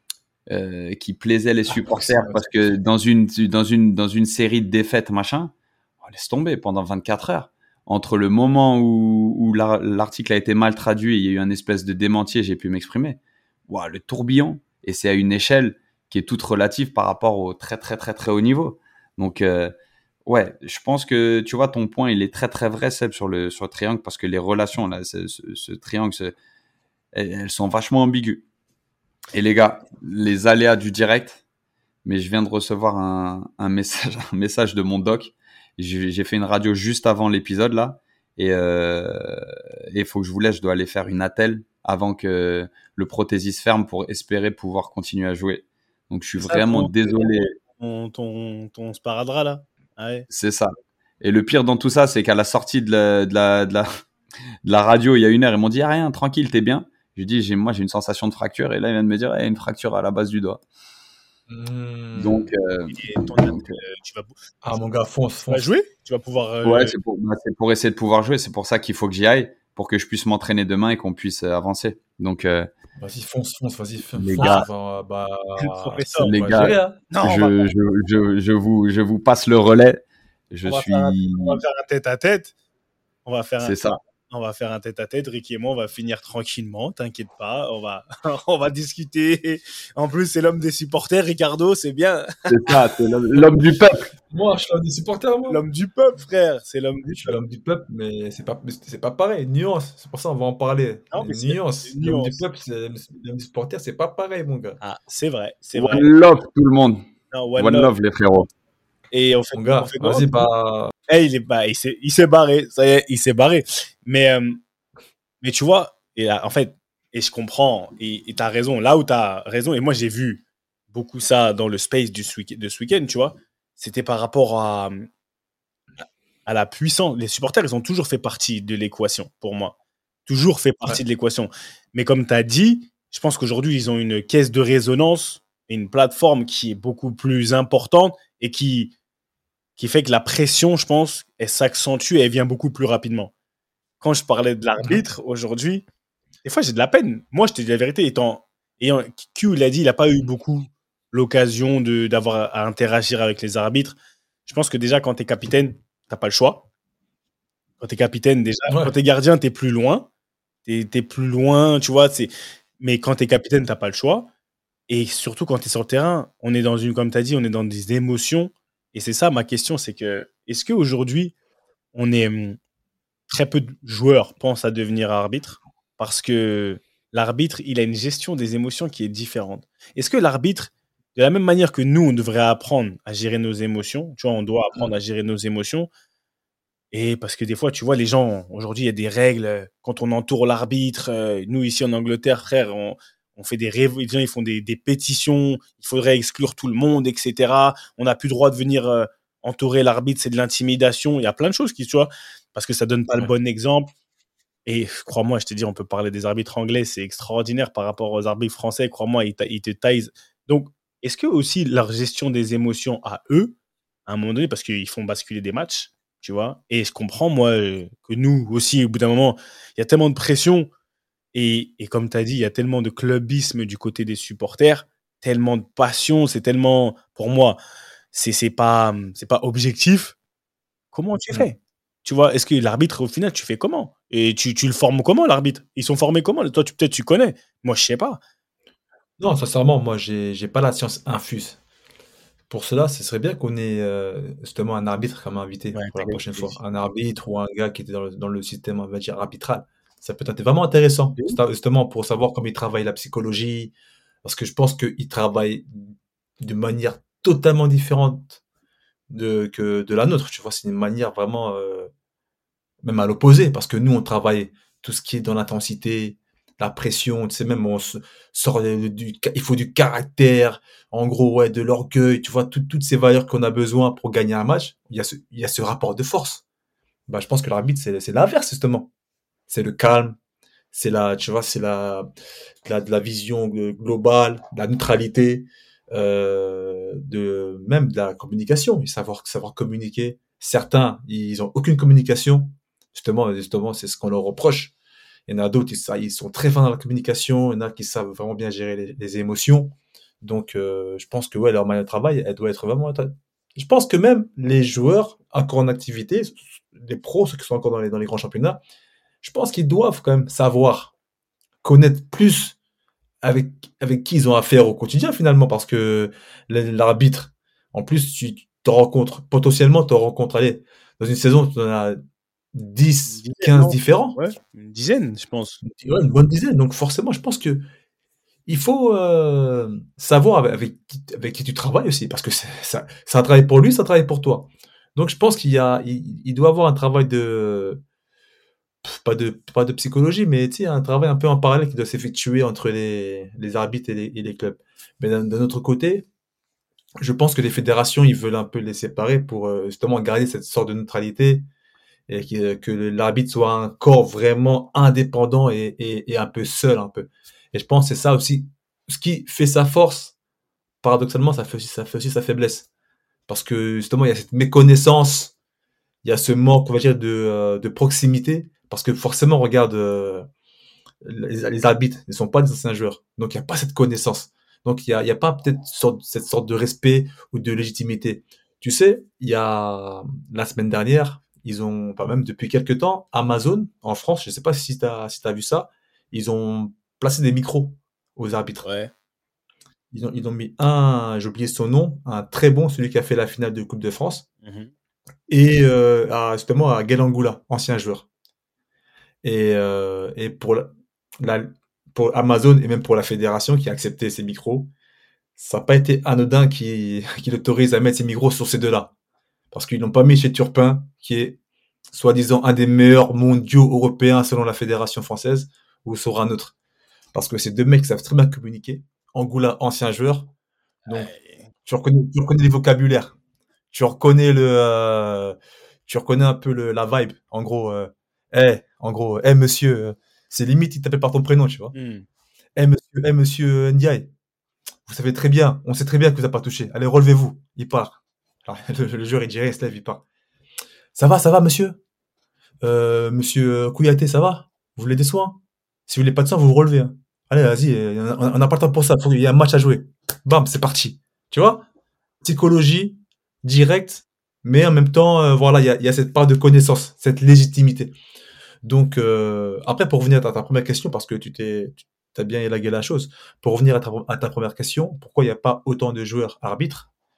qui plaisait les supporters parce que dans une série de défaites, machin, on laisse tomber pendant 24 heures. Entre le moment où l'article a été mal traduit, il y a eu un espèce de démenti et j'ai pu m'exprimer. Wow, le tourbillon. Et c'est à une échelle qui est toute relative par rapport au très, très, très, très haut niveau. Donc, ouais, je pense que, tu vois, ton point, il est très, très vrai, Seb, sur le triangle, parce que les relations, là, ce triangle, elles sont vachement ambiguës. Et les gars, les aléas du direct, mais je viens de recevoir un message de mon doc. J'ai fait une radio juste avant l'épisode, là, et il faut que je vous laisse, je dois aller faire une attelle avant que le prothésiste ferme pour espérer pouvoir continuer à jouer. Donc, je suis vraiment désolé. Ton sparadrap, là? Ouais. C'est ça. Et le pire dans tout ça, c'est qu'à la sortie de la radio, il y a 1 heure, ils m'ont dit, rien, tranquille, t'es bien. Je lui dis, moi, j'ai une sensation de fracture. Et là, il vient de me dire, une fracture à la base du doigt. Donc, mon gà, fonce. Tu vas jouer? Tu vas pouvoir... Ouais, c'est pour essayer de pouvoir jouer. C'est pour ça qu'il faut que j'y aille, pour que je puisse m'entraîner demain et qu'on puisse avancer. Donc, vas-y, fonce, vas-y, les gars, les gars, je vous passe le relais. On va faire un tête-à-tête. C'est ça. On va faire un tête-à-tête, Ricky et moi, on va finir tranquillement, t'inquiète pas, on va discuter. En plus, c'est l'homme des supporters, Ricardo, c'est bien. C'est ça, c'est l'homme du peuple. Moi, je suis l'homme des supporters, moi. L'homme du peuple, frère, c'est l'homme du peuple. Je suis l'homme du peuple, mais c'est pas pareil, nuance. C'est pour ça qu'on va en parler. Non, mais nuance. L'homme du peuple, l'homme des supporters, c'est pas pareil, mon gars. Ah, c'est vrai. One love, tout le monde. Non, one love, les frérots. Et on fait, mon gars, vas-y, bah... il s'est barré, ça y est, il s'est barré. Mais tu vois, et là, en fait, et je comprends, et t'as raison, là où t'as raison, et moi j'ai vu beaucoup ça dans le space de ce week-end, tu vois, c'était par rapport à la puissance. Les supporters, ils ont toujours fait partie de l'équation, pour moi. Toujours fait partie de l'équation. Mais comme t'as dit, je pense qu'aujourd'hui, ils ont une caisse de résonance, une plateforme qui est beaucoup plus importante et qui fait que la pression, je pense, elle s'accentue et elle vient beaucoup plus rapidement. Quand je parlais de l'arbitre aujourd'hui, des fois, j'ai de la peine. Moi, je te dis la vérité, Q, il a dit, il n'a pas eu beaucoup l'occasion d'avoir à interagir avec les arbitres. Je pense que déjà, quand tu es capitaine, tu n'as pas le choix. Quand tu es capitaine, déjà, quand tu es gardien, tu es plus loin. Tu es plus loin, tu vois. Mais quand tu es capitaine, tu n'as pas le choix. Et surtout, quand tu es sur le terrain, on est comme tu as dit, on est dans des émotions. Et c'est ça ma question, c'est que est-ce qu'aujourd'hui, on est très peu de joueurs pensent à devenir arbitre parce que l'arbitre, il a une gestion des émotions qui est différente. Est-ce que l'arbitre, de la même manière que nous, on devrait apprendre à gérer nos émotions, tu vois, on doit apprendre à gérer nos émotions, et parce que des fois, tu vois, les gens, aujourd'hui, il y a des règles, quand on entoure l'arbitre, nous, ici en Angleterre, frère, on fait des révolutions, ils font des pétitions, il faudrait exclure tout le monde, etc. On n'a plus le droit de venir entourer l'arbitre, c'est de l'intimidation. Il y a plein de choses qui, tu vois, parce que ça donne pas le bon exemple. Et crois-moi, je te dis, on peut parler des arbitres anglais, c'est extraordinaire par rapport aux arbitres français. Crois-moi, ils te taisent. Donc, est-ce que aussi leur gestion des émotions à eux, à un moment donné, parce qu'ils font basculer des matchs, tu vois, et je comprends, moi, que nous aussi, au bout d'un moment, il y a tellement de pression, et comme tu as dit, il y a tellement de clubisme du côté des supporters, tellement de passion, c'est tellement, pour moi, c'est pas objectif. Comment tu fais? Tu vois, est-ce que l'arbitre, au final, tu fais comment? Et tu le formes comment, l'arbitre? Ils sont formés comment? Toi, peut-être tu connais. Moi, je sais pas. Non, sincèrement, moi, j'ai pas la science infuse. Pour cela, ce serait bien qu'on ait justement un arbitre comme invité Ouais, pour la prochaine fois. t'inquiète. Un arbitre ou un gars qui était dans le système, on va dire, arbitral. Ça peut être vraiment intéressant, justement, pour savoir comment il travaille la psychologie. Parce que je pense qu'il travaille de manière totalement différente que de la nôtre. Tu vois, c'est une manière vraiment, même à l'opposé. Parce que nous, on travaille tout ce qui est dans l'intensité, la pression, tu sais, même on sort il faut du caractère, en gros, ouais, de l'orgueil, tu vois, toutes ces valeurs qu'on a besoin pour gagner un match, il y a ce rapport de force. Bah, je pense que l'arbitre, c'est l'inverse, justement. C'est le calme, tu vois, c'est de la vision globale, de la neutralité, même de la communication, savoir communiquer. Certains, ils ont aucune communication. Justement, c'est ce qu'on leur reproche. Il y en a d'autres, ils sont très fins dans la communication. Il y en a qui savent vraiment bien gérer les émotions. Donc, je pense que ouais, leur manière de travail, elle doit être vraiment. Je pense que même les joueurs encore en activité, les pros, ceux qui sont encore dans les grands championnats, je pense qu'ils doivent quand même savoir connaître plus avec qui ils ont affaire au quotidien finalement, parce que l'arbitre, en plus, tu te rencontres, potentiellement, tu rencontres, allez, dans une saison, tu en as 10, 15 Non? différents. Ouais, une dizaine, je pense. Ouais, une bonne dizaine. Donc forcément, je pense que il faut savoir avec qui tu travailles aussi, parce que c'est un travail pour lui, c'est un travail pour toi. Donc je pense il doit avoir un travail pas de psychologie, mais tu sais, un travail un peu en parallèle qui doit s'effectuer entre les arbitres et les clubs. Mais d'un autre côté, je pense que les fédérations, ils veulent un peu les séparer pour justement garder cette sorte de neutralité et que l'arbitre soit un corps vraiment indépendant et un peu seul un peu. Et je pense que c'est ça aussi, ce qui fait sa force, paradoxalement, ça fait aussi sa faiblesse. Parce que justement, il y a cette méconnaissance, il y a ce manque, on va dire, de proximité. Parce que forcément, regarde, les arbitres ne sont pas des anciens joueurs. Donc, il n'y a pas cette connaissance. Donc, il y a pas peut-être cette sorte de respect ou de légitimité. Tu sais, il y a la semaine dernière, ils ont, pas même depuis quelques temps, Amazon, en France, je ne sais pas si tu as, si t'as vu ça, ils ont placé des micros aux arbitres. Ouais. Ils ont mis un, j'ai oublié son nom, un très bon, celui qui a fait la finale de Coupe de France, et justement à Gelangula, ancien joueur. Et la- pour Amazon et même pour la fédération qui a accepté ces micros, ça n'a pas été anodin qui l'autorise à mettre ces micros sur ces deux-là. Parce qu'ils n'ont pas mis chez Turpin, qui est soi-disant un des meilleurs mondiaux européens selon la fédération française, ou sur un autre. Parce que ces deux mecs savent très bien communiquer. Angoula, ancien joueur. Donc, tu reconnais les vocabulaires. Tu reconnais tu reconnais un peu la vibe. En gros, monsieur, c'est limite, il t'appelle par ton prénom, tu vois. Monsieur Ndiaye, vous savez très bien, on sait très bien que vous n'avez pas touché. Allez, relevez-vous. Il part. Alors, le joueur, il dirait, il se lève, il part. Ça va, monsieur? Monsieur Kouyaté, ça va? Vous voulez des soins? Si vous voulez pas de soins, vous vous relevez, hein. Allez, vas-y, on n'a pas le temps pour ça. Il y a un match à jouer. Bam, c'est parti. Tu vois? Psychologie, directe, mais en même temps, voilà, il y a cette part de connaissance, cette légitimité. Donc, après, pour revenir à ta première question, parce que t'as bien élagué la chose, pour revenir à ta première question, pourquoi il n'y a pas autant de joueurs arbitres?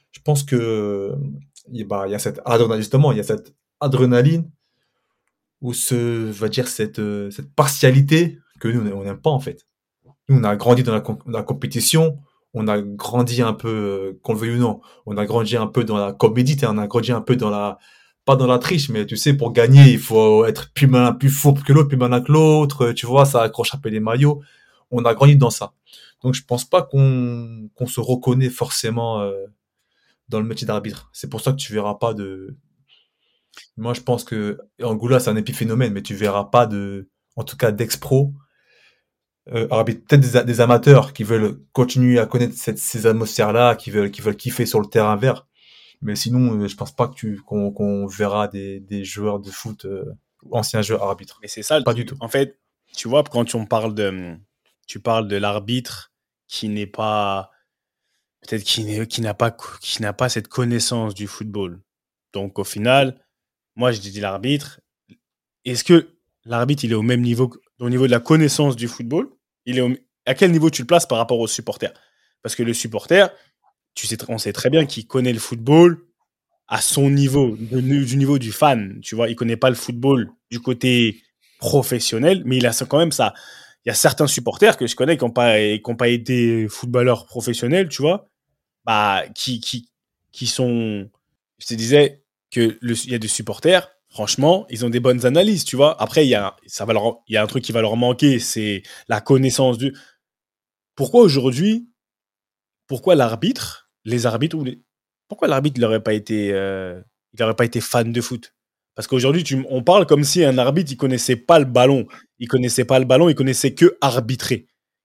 Je pense que il y a cette adrénaline, justement, il y a cette adrénaline ou cette partialité que nous, on n'aime pas, en fait. Nous, on a grandi dans la compétition, on a grandi un peu, qu'on le veuille ou non, on a grandi un peu dans la comédie, on a grandi un peu pas dans la triche, mais tu sais, pour gagner, il faut être plus malin, plus fort que l'autre, plus malin que l'autre, tu vois, ça accroche un peu les maillots. On a grandi dans ça. Donc, je pense pas qu'on se reconnaît forcément dans le métier d'arbitre. C'est pour ça que tu verras pas de. Moi, je pense que Angoula, c'est un épiphénomène, mais tu verras pas en tout cas, d'ex-pro, arbitre. Peut-être des amateurs qui veulent continuer à connaître ces atmosphères-là, qui veulent kiffer sur le terrain vert. Mais sinon, je pense pas qu'on verra des joueurs de foot, anciens joueurs arbitres. Mais c'est ça, pas du tout. En fait, tu vois, quand tu parles de l'arbitre qui n'est pas, peut-être qui n'a pas cette connaissance du football. Donc, au final, moi, je dis l'arbitre. Est-ce que l'arbitre, il est au même niveau, au niveau de la connaissance du football? À quel niveau tu le places par rapport au supporter? Parce que le supporter, on sait très bien qu'il connaît le football à son niveau, du niveau du fan. Tu vois, il connaît pas le football du côté professionnel, mais il a quand même ça. Il y a certains supporters que je connais qui n'ont pas été footballeurs professionnels, tu vois, bah, qui sont. Je te disais il y a des supporters, franchement, ils ont des bonnes analyses, tu vois. Après, il y a un truc qui va leur manquer, c'est la connaissance du. Pourquoi aujourd'hui, pourquoi l'arbitre il n'aurait pas été fan de foot? Parce qu'aujourd'hui, on parle comme si un arbitre, il connaissait pas le ballon. Il connaissait pas le ballon, il connaissait que arbitrer.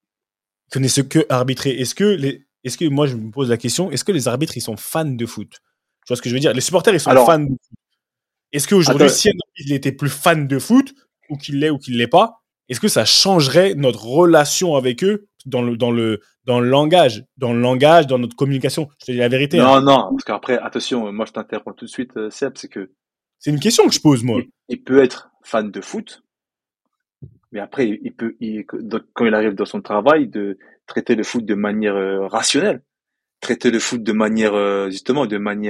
Est-ce que moi, je me pose la question, est-ce que les arbitres, ils sont fans de foot? Tu vois ce que je veux dire? Les supporters, ils sont fans de foot. Est-ce qu'aujourd'hui, si un arbitre il était plus fan de foot, ou qu'il l'est ou qu'il l'est pas, est-ce que ça changerait notre relation avec eux dans le langage, dans notre communication? Je te dis la vérité. Non, non, parce qu'après, attention, moi je t'interromps tout de suite, Seb, c'est que c'est une question que je pose, moi. Il peut être fan de foot, mais après, quand il arrive dans son travail, de traiter le foot de manière rationnelle, traiter le foot de manière, justement,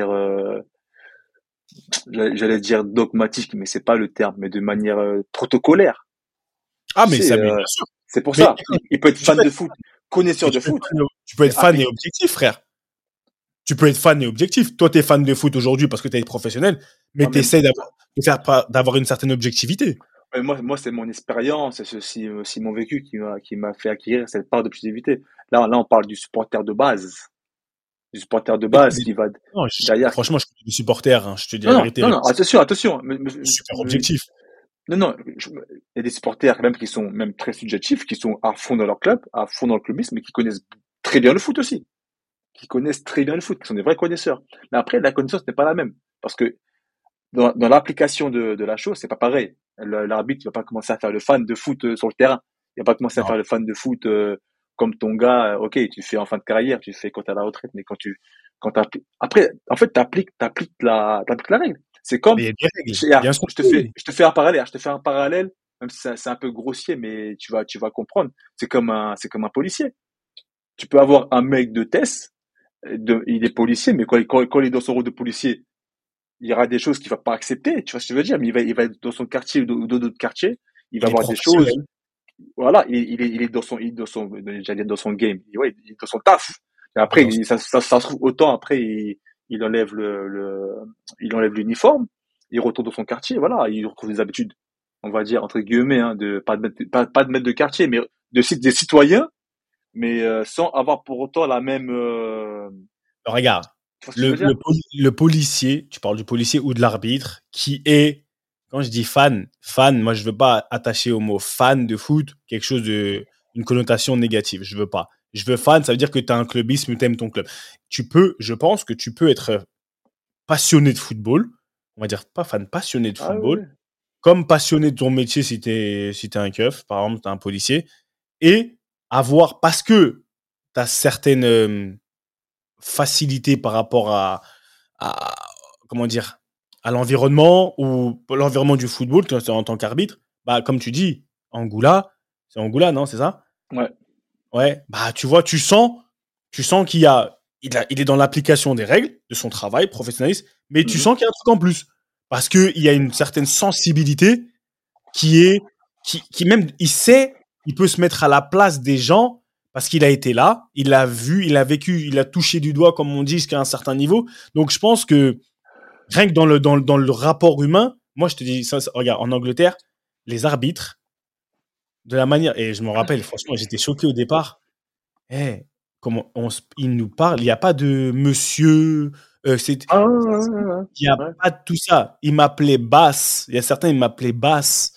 j'allais dire dogmatique, mais c'est pas le terme, mais de manière protocolaire. Ah, mais ça, bien sûr. C'est pour ça. Il peut être fan de foot, connaisseur de foot. Tu peux être fan et objectif, frère. Tu peux être fan et objectif. Toi, t'es fan de foot aujourd'hui parce que t'es professionnel, mais t'essaies d'avoir une certaine objectivité. Moi, c'est mon expérience, c'est aussi mon vécu qui m'a fait acquérir cette part d'objectivité. Là, on parle du supporter de base. Du supporter de base qui va derrière. Franchement, je suis du supporter, hein, je te dis la vérité. Non, attention. Super objectif. Non, il y a des supporters même qui sont même très subjectifs, qui sont à fond dans leur club, à fond dans le clubisme, mais qui connaissent très bien le foot aussi. Qui connaissent très bien le foot, qui sont des vrais connaisseurs. Mais après, la connaissance n'est pas la même. Parce que dans l'application de la chose, c'est pas pareil. L'arbitre, il va pas commencer à faire le fan de foot sur le terrain. Il va pas commencer à faire le fan de foot comme ton gars. Ok, tu fais en fin de carrière, tu fais quand t'es à la retraite, mais après, en fait, t'appliques la règle. C'est comme, je te fais un parallèle, même si c'est un peu grossier, mais tu vas comprendre. C'est comme un policier. Tu peux avoir un mec de test, il est policier, mais quand il est dans son rôle de policier, il y aura des choses qu'il va pas accepter, tu vois ce que je veux dire, mais il va être dans son quartier ou dans d'autres quartiers, il va avoir des choses, voilà, il est dans son game, il est dans son taf. Et après, ça se trouve autant après, il enlève l'uniforme, il retourne dans son quartier, voilà, il retrouve des habitudes, on va dire, entre guillemets, hein, pas de maître de quartier, mais des citoyens, mais sans avoir pour autant la même, regarde. Le policier, tu parles du policier ou de l'arbitre, qui est, quand je dis fan, moi je veux pas attacher au mot fan de foot quelque chose une connotation négative. Je veux pas. Je veux fan, ça veut dire que tu as un clubisme, tu aimes ton club. Je pense que tu peux être passionné de football, on va dire pas fan, passionné de football, comme passionné de ton métier si t'es un keuf, par exemple, t'es un policier, et avoir, parce que tu as certaines facilité par rapport à comment dire, à l'environnement ou l'environnement du football en tant qu'arbitre, bah comme tu dis, c'est Angoula, non, c'est ça? Ouais. Ouais, bah tu vois, tu sens qu'il y a il est dans l'application des règles de son travail, professionnaliste, mais tu sens qu'il y a un truc en plus. Parce qu'il y a une certaine sensibilité qui même, il peut se mettre à la place des gens parce qu'il a été là, il l'a vu, il a vécu, il a touché du doigt, comme on dit, jusqu'à un certain niveau. Donc, je pense que rien que dans le rapport humain, moi, je te dis, ça, regarde, en Angleterre, les arbitres, de la manière, et je me rappelle, franchement, j'étais choqué au départ. Comment il nous parle, il n'y a pas de monsieur, il n'y a pas de tout ça. Il m'appelait Bass. Il y a certains, ils m'appelaient Bass.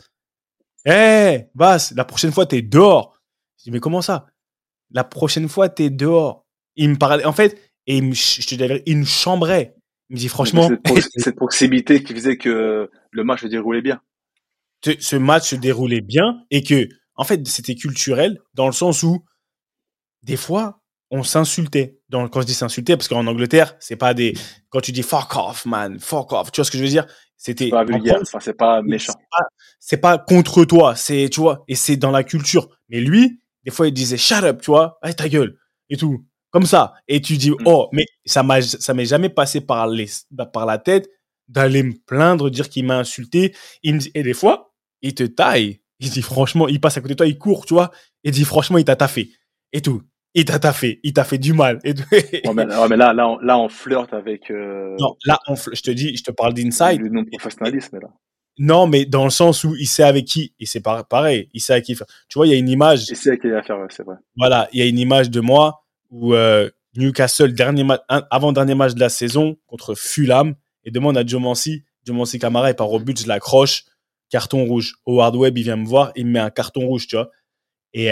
Bass, la prochaine fois, t'es dehors. Je dis, mais comment ça? La prochaine fois, t'es dehors. Il me parlait, en fait, et je te dis, il me chambrait. Il me dit, franchement. Cette proximité qui faisait que le match se déroulait bien. Ce match se déroulait bien et que, en fait, c'était culturel dans le sens où, des fois, on s'insultait. Quand je dis s'insulter, parce qu'en Angleterre, c'est pas des. Quand tu dis fuck off, man, fuck off, tu vois ce que je veux dire? C'est pas vulgaire, enfin, c'est pas méchant. C'est pas contre toi, c'est, tu vois, et c'est dans la culture. Mais lui, des fois, il disait shut up, tu vois, hey, ta gueule, et tout. Comme ça. Et tu dis, oh, mais ça m'est jamais passé par la tête d'aller me plaindre, dire qu'il m'a insulté. Et des fois, il te taille. Il dit, franchement, il passe à côté de toi, il court, tu vois. Il dit, franchement, il t'a taffé. Et tout. Il t'a fait du mal. Et mais là, on flirte avec. Non, là, je te parle d'inside. Le non-professionnalisme, là. Non, mais dans le sens où il sait avec qui, et c'est pareil, il sait avec qui faire. Tu vois, il y a une image. Il sait avec qui il va faire, c'est vrai. Voilà, il y a une image de moi où Newcastle, avant-dernier match de la saison, contre Fulham, et demande à Joe Mancy Camara, il part au but, je l'accroche, carton rouge. Howard Webb, il vient me voir, il me met un carton rouge, tu vois. Et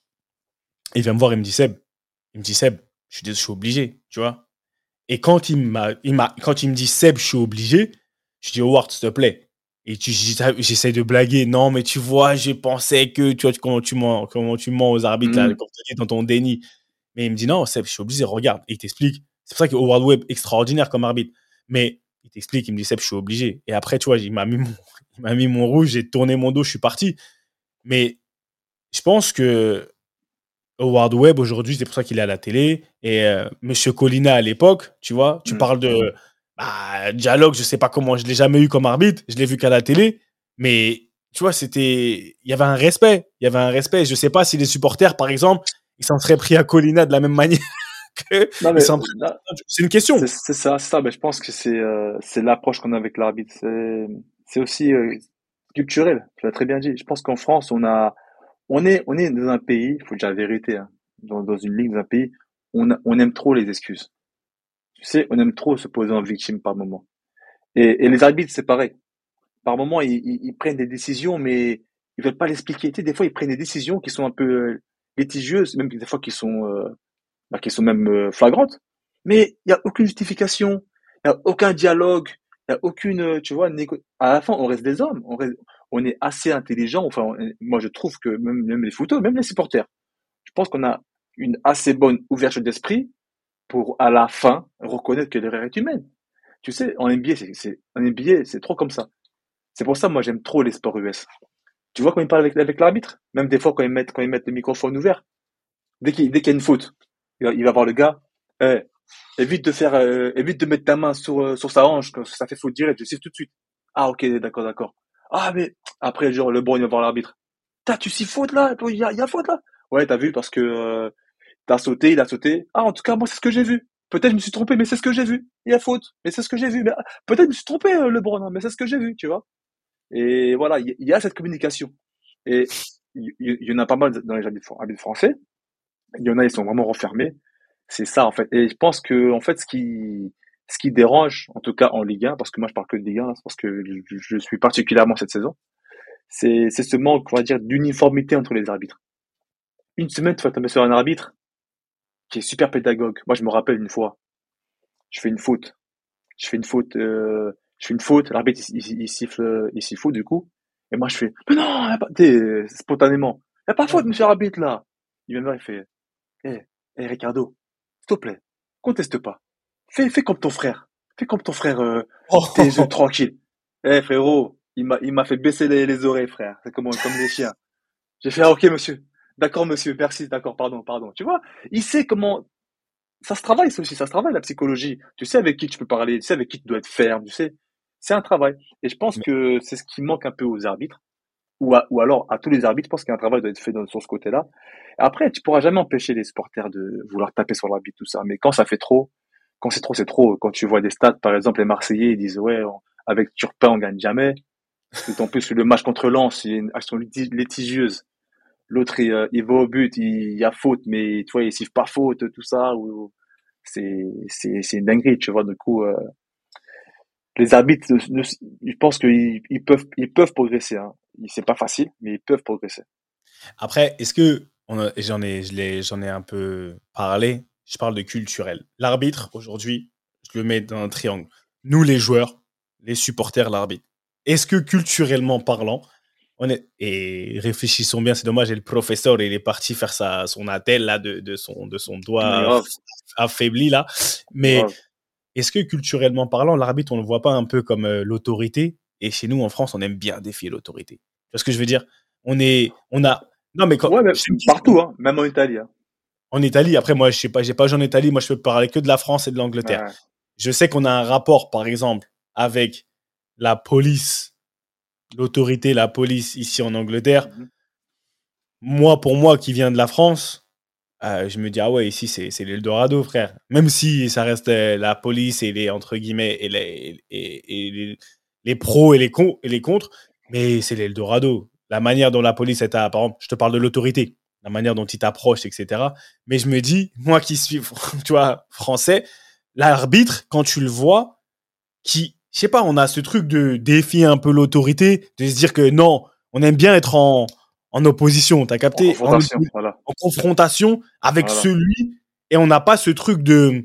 il vient me voir, il me dit Seb, je suis obligé, tu vois. Et quand il me dit Seb, je suis obligé, je dis Howard, s'il te plaît. Et j'essaie de blaguer. Non, mais tu vois, je pensais que, tu vois, comment tu mens aux arbitres, là, quand tu es dans ton déni. Mais il me dit non, Seb, je suis obligé, regarde. Et il t'explique. C'est pour ça que Howard Webb, extraordinaire comme arbitre. Mais il t'explique, il me dit Seb, je suis obligé. Et après, tu vois, il m'a mis mon rouge, j'ai tourné mon dos, je suis parti. Mais je pense que Howard Webb, aujourd'hui, c'est pour ça qu'il est à la télé. Et Monsieur Colina, à l'époque, tu vois, tu parles de dialogue, je sais pas comment, je l'ai jamais eu comme arbitre, je l'ai vu qu'à la télé. Mais tu vois, il y avait un respect. Je sais pas si les supporters, par exemple, ils s'en seraient pris à Colina de la même manière que. Non, mais, c'est une question. C'est ça. Mais je pense que c'est l'approche qu'on a avec l'arbitre. C'est aussi culturel. Tu l'as très bien dit. Je pense qu'en France, on est dans un pays, il faut dire la vérité, hein, dans une ligue, dans un pays, on aime trop les excuses. Tu sais, on aime trop se poser en victime par moment. Et les arbitres, c'est pareil. Par moment, ils prennent des décisions, mais ils veulent pas l'expliquer. Tu sais, des fois, ils prennent des décisions qui sont un peu litigieuses, même des fois qui sont même flagrantes. Mais il y a aucune justification, il y a aucun dialogue, il y a aucune, tu vois, à la fin, on reste des hommes, on est assez intelligent. Enfin, moi, je trouve que même les photos, même les supporters, je pense qu'on a une assez bonne ouverture d'esprit pour, à la fin, reconnaître que l'erreur est humaine. Tu sais, en NBA, c'est trop comme ça. C'est pour ça, moi, j'aime trop les sports US. Tu vois quand ils parlent avec l'arbitre, même des fois quand ils mettent le microphone ouvert, dès qu'il y a une faute, il va voir le gars, évite de mettre ta main sur sa hanche, quand ça fait faute direct, je siffle tout de suite. Ah, ok, d'accord. Ah, mais après, genre, LeBron, il va voir l'arbitre. Tu siffles faute là? Il y a faute là? Ouais, t'as vu parce que il a sauté. Ah, en tout cas, moi, c'est ce que j'ai vu. Peut-être je me suis trompé, mais c'est ce que j'ai vu. Il y a faute, mais c'est ce que j'ai vu. Mais peut-être je me suis trompé, LeBron, hein, mais c'est ce que j'ai vu, tu vois. Et voilà, il y a cette communication. Et il y en a pas mal dans les arbitres français. Il y en a, ils sont vraiment renfermés. C'est ça, en fait. Et je pense que, en fait, ce qui dérange, en tout cas en Ligue 1, parce que moi je parle que de Ligue 1, c'est parce que je suis particulièrement cette saison, c'est ce manque, on va dire, d'uniformité entre les arbitres. Une semaine, tu vas tomber sur un arbitre qui est super pédagogue. Moi, je me rappelle une fois, je fais une faute, l'arbitre il siffle du coup, et moi je fais, mais non, spontanément, y a pas faute, monsieur l'arbitre là. Il vient me voir, il fait, Ricardo, s'il te plaît, conteste pas. Fais comme ton frère. Tes yeux tranquilles. Frérot, il m'a fait baisser les oreilles, frère. C'est comme les chiens. J'ai fait, ok, monsieur. D'accord, monsieur, merci, d'accord, pardon. Tu vois, il sait comment ça se travaille, ça aussi, ça se travaille, la psychologie. Tu sais avec qui tu peux parler, tu sais avec qui tu dois être ferme, tu sais. C'est un travail. Et je pense Mais, que c'est ce qui manque un peu aux arbitres, ou alors à tous les arbitres, je pense qu'un travail doit être fait sur ce côté-là. Après, tu pourras jamais empêcher les supporters de vouloir taper sur l'arbitre, tout ça. Mais quand ça fait trop, quand c'est trop, c'est trop. Quand tu vois des stats, par exemple, les Marseillais, ils disent, ouais, avec Turpin, on gagne jamais. D'autant plus le match contre Lens, il y a une action litigieuse. L'autre, il va au but, il y a faute, mais tu vois, il siffle pas faute, tout ça. C'est une dinguerie, tu vois. Du coup, les arbitres, je pense qu'ils peuvent progresser. Hein. C'est pas facile, mais ils peuvent progresser. après, est-ce que j'en ai un peu parlé. Je parle de culturel. L'arbitre aujourd'hui, je le mets dans un triangle. Nous, les joueurs, les supporters, l'arbitre. Est-ce que culturellement parlant, et réfléchissons bien, c'est dommage, et le professeur, il est parti faire son attel là de son doigt affaibli là. Mais est-ce que culturellement parlant, l'arbitre, on le voit pas un peu comme l'autorité? Et chez nous, en France, on aime bien défier l'autorité. Tu vois ce que je veux dire? On a. Non, mais Ouais, mais partout, hein, même en Italie. Hein. En Italie, après, moi, je sais pas, j'ai pas joué en Italie. Moi, je peux parler que de la France et de l'Angleterre. Ouais. Je sais qu'on a un rapport, par exemple, avec la police, l'autorité, la police ici en Angleterre. Mhm. Moi, pour moi, qui viens de la France, je me dis, ah ouais, ici, c'est l'Eldorado, frère. Même si ça reste la police et les, entre guillemets, et les pros et les contre, mais c'est l'Eldorado. La manière dont la police est, par exemple, je te parle de l'autorité, la manière dont ils t'approchent, etc. Mais je me dis, moi qui suis, tu vois, français, l'arbitre, quand tu le vois, je sais pas, on a ce truc de défier un peu l'autorité, de se dire que non, on aime bien être en opposition, t'as capté? En confrontation, voilà. En confrontation avec Voilà. celui, et on n'a pas ce truc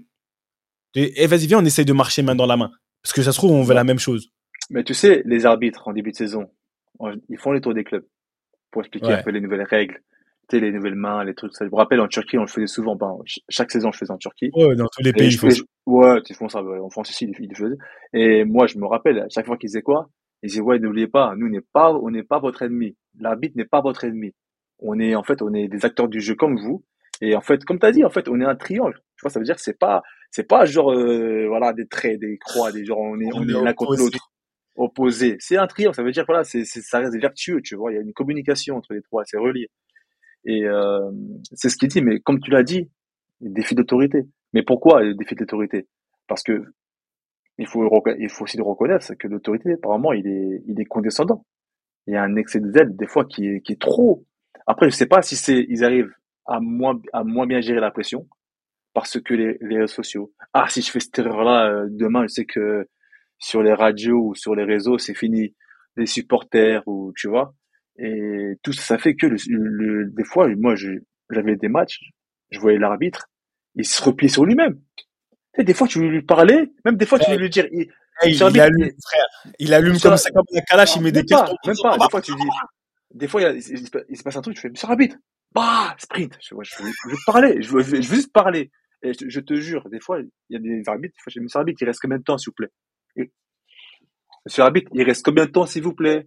vas-y, viens, on essaye de marcher main dans la main. Parce que ça se trouve, on veut la même chose. Mais tu sais, les arbitres, en début de saison, ils font les tours des clubs pour expliquer un peu les nouvelles règles, tu sais, les nouvelles mains, les trucs. Ça. Je me rappelle, en Turquie, on le faisait souvent. Ben, chaque saison, je faisais en Turquie. Ouais, dans tous les pays, Ouais, ils font ça. En France aussi, ils le faisaient. Et moi, je me rappelle, à chaque fois qu'ils disaient quoi, ils disaient, ouais, n'oubliez pas, nous, on n'est pas votre ennemi. L'arbitre n'est pas votre ennemi. En fait, on est des acteurs du jeu comme vous. Et en fait, comme tu as dit, en fait, on est un triangle. Tu vois, ça veut dire que c'est pas genre, voilà, des traits, des croix, des genre, on est l'un contre l'autre, opposés. C'est un triangle. Ça veut dire, voilà, ça reste vertueux, tu vois. Il y a une communication entre les trois, c'est relié. Et c'est ce qu'il dit, mais comme tu l'as dit, défi d'autorité. Mais pourquoi défi d'autorité? Parce que il faut aussi le reconnaître, c'est que l'autorité, apparemment, il est condescendant. Il y a un excès de zèle, des fois, qui est trop. Après, je sais pas si ils arrivent à moins bien gérer la pression, parce que les réseaux sociaux. Ah, si je fais cette erreur-là, demain, je sais que sur les radios ou sur les réseaux, c'est fini. Les supporters ou, tu vois. Et tout ça, ça fait que des fois, moi, j'avais des matchs, je voyais l'arbitre, il se repliait sur lui-même. Tu sais, des fois, tu veux lui parler, même des fois, tu veux lui dire, il allume, frère. Il allume comme ça, comme la calache, il met des cartons. Même pas. Des fois, tu dis, des fois, il se passe un truc, tu fais, monsieur l'arbitre, bah, sprint. Je veux te parler, je veux juste parler. Et je te jure, des fois, il y a des arbitres, des fois, je dis, monsieur l'arbitre, il reste combien de temps, s'il vous plaît? Et, monsieur l'arbitre, il reste combien de temps, s'il vous plaît?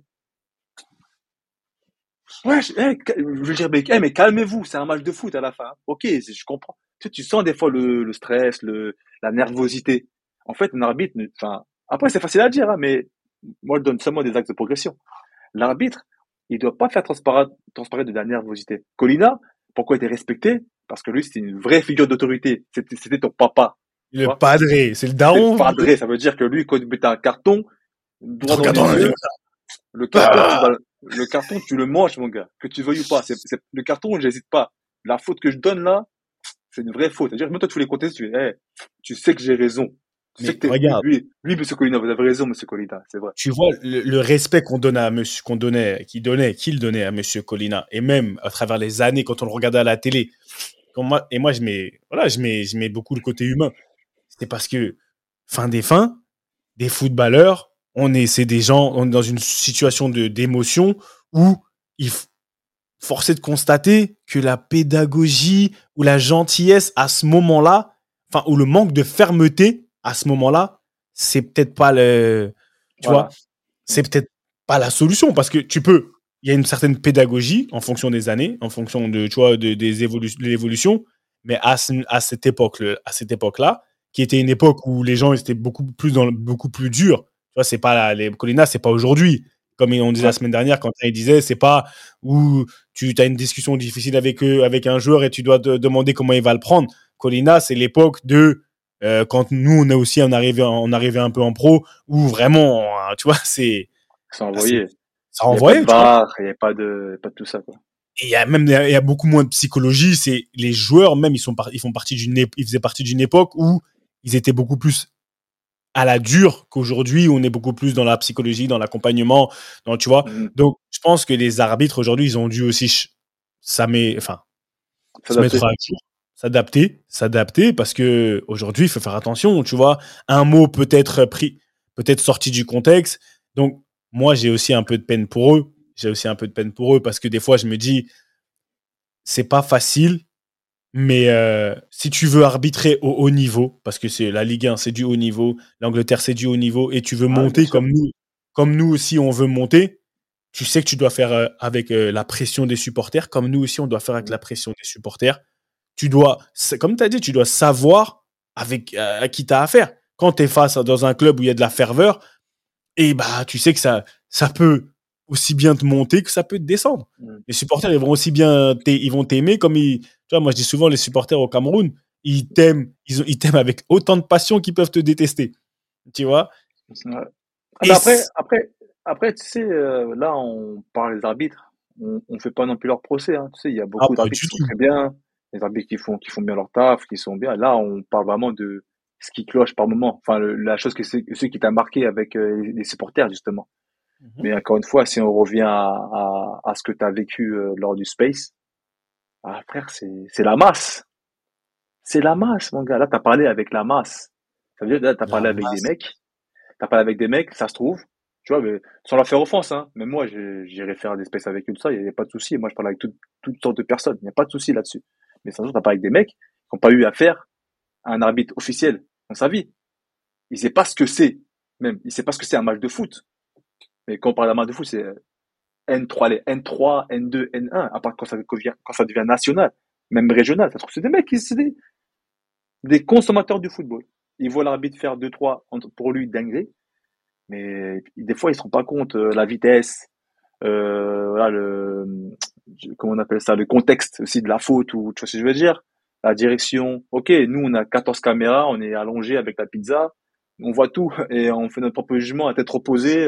Ouais, je veux dire, mais calmez-vous, c'est un match de foot à la fin. Ok, je comprends. Tu sens des fois le stress, la nervosité. En fait, un arbitre, enfin, après, c'est facile à dire, hein, mais moi, je donne seulement des axes de progression. L'arbitre, il doit pas faire transparaître de la nervosité. Colina, pourquoi il était respecté? Parce que lui, c'était une vraie figure d'autorité. C'était ton papa. Le padré, c'est le daron. Le padré, ça veut dire que lui, quand il mettait un carton, droit dans les yeux, le carton, tu le manges, mon gars. Que tu veuilles ou pas. Le carton, j'hésite pas. La faute que je donne là, c'est une vraie faute. C'est-à-dire, même toi, tu les contestes, tu sais que j'ai raison. Tu sais que regarde. Lui, monsieur Colina, vous avez raison, monsieur Colina, c'est vrai. Tu vois, le respect qu'il donnait à monsieur Colina, et même à travers les années, quand on le regardait à la télé, moi, je mets beaucoup le côté humain. C'était parce que, fin des fins, des footballeurs, c'est des gens, on est dans une situation d'émotion où il forcé de constater que la pédagogie ou la gentillesse à ce moment-là, enfin, ou le manque de fermeté à ce moment-là, c'est peut-être pas tu vois, c'est peut-être pas la solution parce que il y a une certaine pédagogie en fonction des années, en fonction de, tu vois, de l'évolution, mais à cette époque-là, qui était une époque où les gens étaient beaucoup plus durs. Tu vois, c'est pas les Colina, c'est pas aujourd'hui. Comme on disait la semaine dernière, quand il disait, c'est pas où tu as une discussion difficile avec un joueur et tu dois te demander comment il va le prendre. Colina, c'est l'époque de quand nous on arrivait un peu en pro, où vraiment, tu vois, ça envoyait. Ça envoyait. Il n'y avait pas de tout ça, quoi. Et il y a beaucoup moins de psychologie. C'est les joueurs même, ils faisaient partie d'une époque où ils étaient beaucoup plus à la dure qu'aujourd'hui, où on est beaucoup plus dans la psychologie, dans l'accompagnement, tu vois. Donc, je pense que les arbitres aujourd'hui, ils ont dû aussi se mettre à jour, s'adapter, parce que aujourd'hui, il faut faire attention, tu vois. Un mot peut être sorti du contexte. Donc, moi, j'ai aussi un peu de peine pour eux. Parce que des fois, je me dis, c'est pas facile. Mais si tu veux arbitrer au haut niveau, parce que c'est la Ligue 1, c'est du haut niveau, l'Angleterre, c'est du haut niveau, et tu veux monter comme nous aussi, on veut monter, tu sais que tu dois faire avec la pression des supporters, comme nous aussi, on doit faire avec la pression des supporters. Tu dois, comme tu as dit, tu dois savoir avec à qui tu as affaire. Quand tu es face dans un club où il y a de la ferveur, et bah, tu sais que ça peut aussi bien te monter que ça peut te descendre. Les supporters, ils vont aussi bien ils vont t'aimer comme tu vois, moi je dis souvent, les supporters au Cameroun, ils t'aiment avec autant de passion qu'ils peuvent te détester. Tu vois? Après, tu sais, là on parle des arbitres, on fait pas non plus leur procès, hein. Tu sais, il y a beaucoup d'arbitres qui sont très bien, des arbitres qui font bien leur taf, qui sont bien. Là, on parle vraiment de ce qui cloche par moment. Enfin, la chose ce qui t'a marqué avec les supporters, justement. Mais encore une fois, si on revient à ce que tu as vécu lors du Space, frère, c'est la masse. C'est la masse, mon gars. Là, tu as parlé avec la masse. Ça veut dire, là, tu as parlé avec des mecs. T'as parlé avec des mecs, ça se trouve. Tu vois, mais sans leur faire offense, hein. Mais moi, j'irai faire des Space avec eux, tout ça, il n'y a pas de souci. Moi, je parle avec toutes sortes de personnes. Il n'y a pas de souci là-dessus. Mais ça se trouve, t'as parlé avec des mecs qui n'ont pas eu affaire à un arbitre officiel dans sa vie. Il sait pas ce que c'est, même. Il sait pas ce que c'est un match de foot. Mais quand on parle d'un match de foot, c'est N3, les N3, N2, N1, à part quand ça devient national, même régional. Ça se trouve, c'est des mecs qui, c'est des consommateurs du football. Ils voient l'arbitre faire 2-3, pour lui, dinguerie. Mais des fois, ils se rendent pas compte, la vitesse, voilà, comment on appelle ça, le contexte aussi de la faute, ou tu vois ce que je veux dire? La direction. Ok, nous, on a 14 caméras, on est allongé avec la pizza, on voit tout, et on fait notre propre jugement à tête reposée,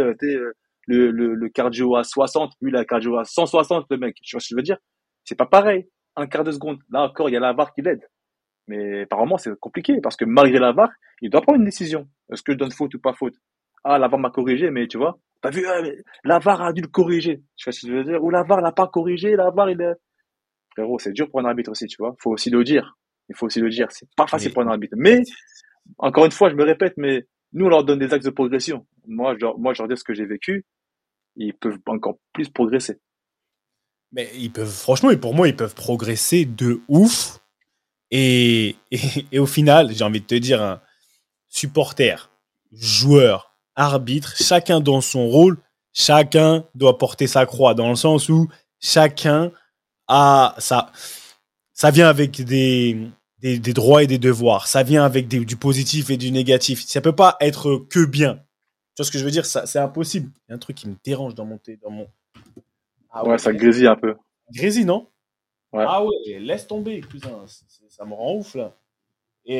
le cardio à 60, lui, il a cardio à 160, le mec. Tu vois ce que je veux dire? C'est pas pareil. Un quart de seconde. Là encore, il y a la VAR qui l'aide. Mais apparemment, c'est compliqué, parce que malgré la VAR, il doit prendre une décision. Est-ce que je donne faute ou pas faute? Ah, la VAR m'a corrigé, mais tu vois, t'as vu, la VAR a dû le corriger. Tu vois ce que je veux dire? Ou la VAR l'a pas corrigé, la VAR, frérot, c'est dur pour un arbitre aussi, tu vois. Faut aussi le dire. Il faut aussi le dire. C'est pas facile pour un arbitre. Mais, encore une fois, je me répète, mais nous, on leur donne des axes de progression. Moi, je leur dis ce que j'ai vécu. Ils peuvent encore plus progresser. Mais franchement, et pour moi, ils peuvent progresser de ouf. Et au final, j'ai envie de te dire, un supporter, joueur, arbitre, chacun dans son rôle, chacun doit porter sa croix, dans le sens où chacun a ça vient avec des droits et des devoirs, ça vient avec du positif et du négatif. Ça peut pas être que bien. Tu vois ce que je veux dire? C'est impossible. Il y a un truc qui me dérange dans mon ouais, ça grésille un peu. Grésille, non? Ouais. Ah ouais, laisse tomber, cousin. Ça me rend ouf, là. Et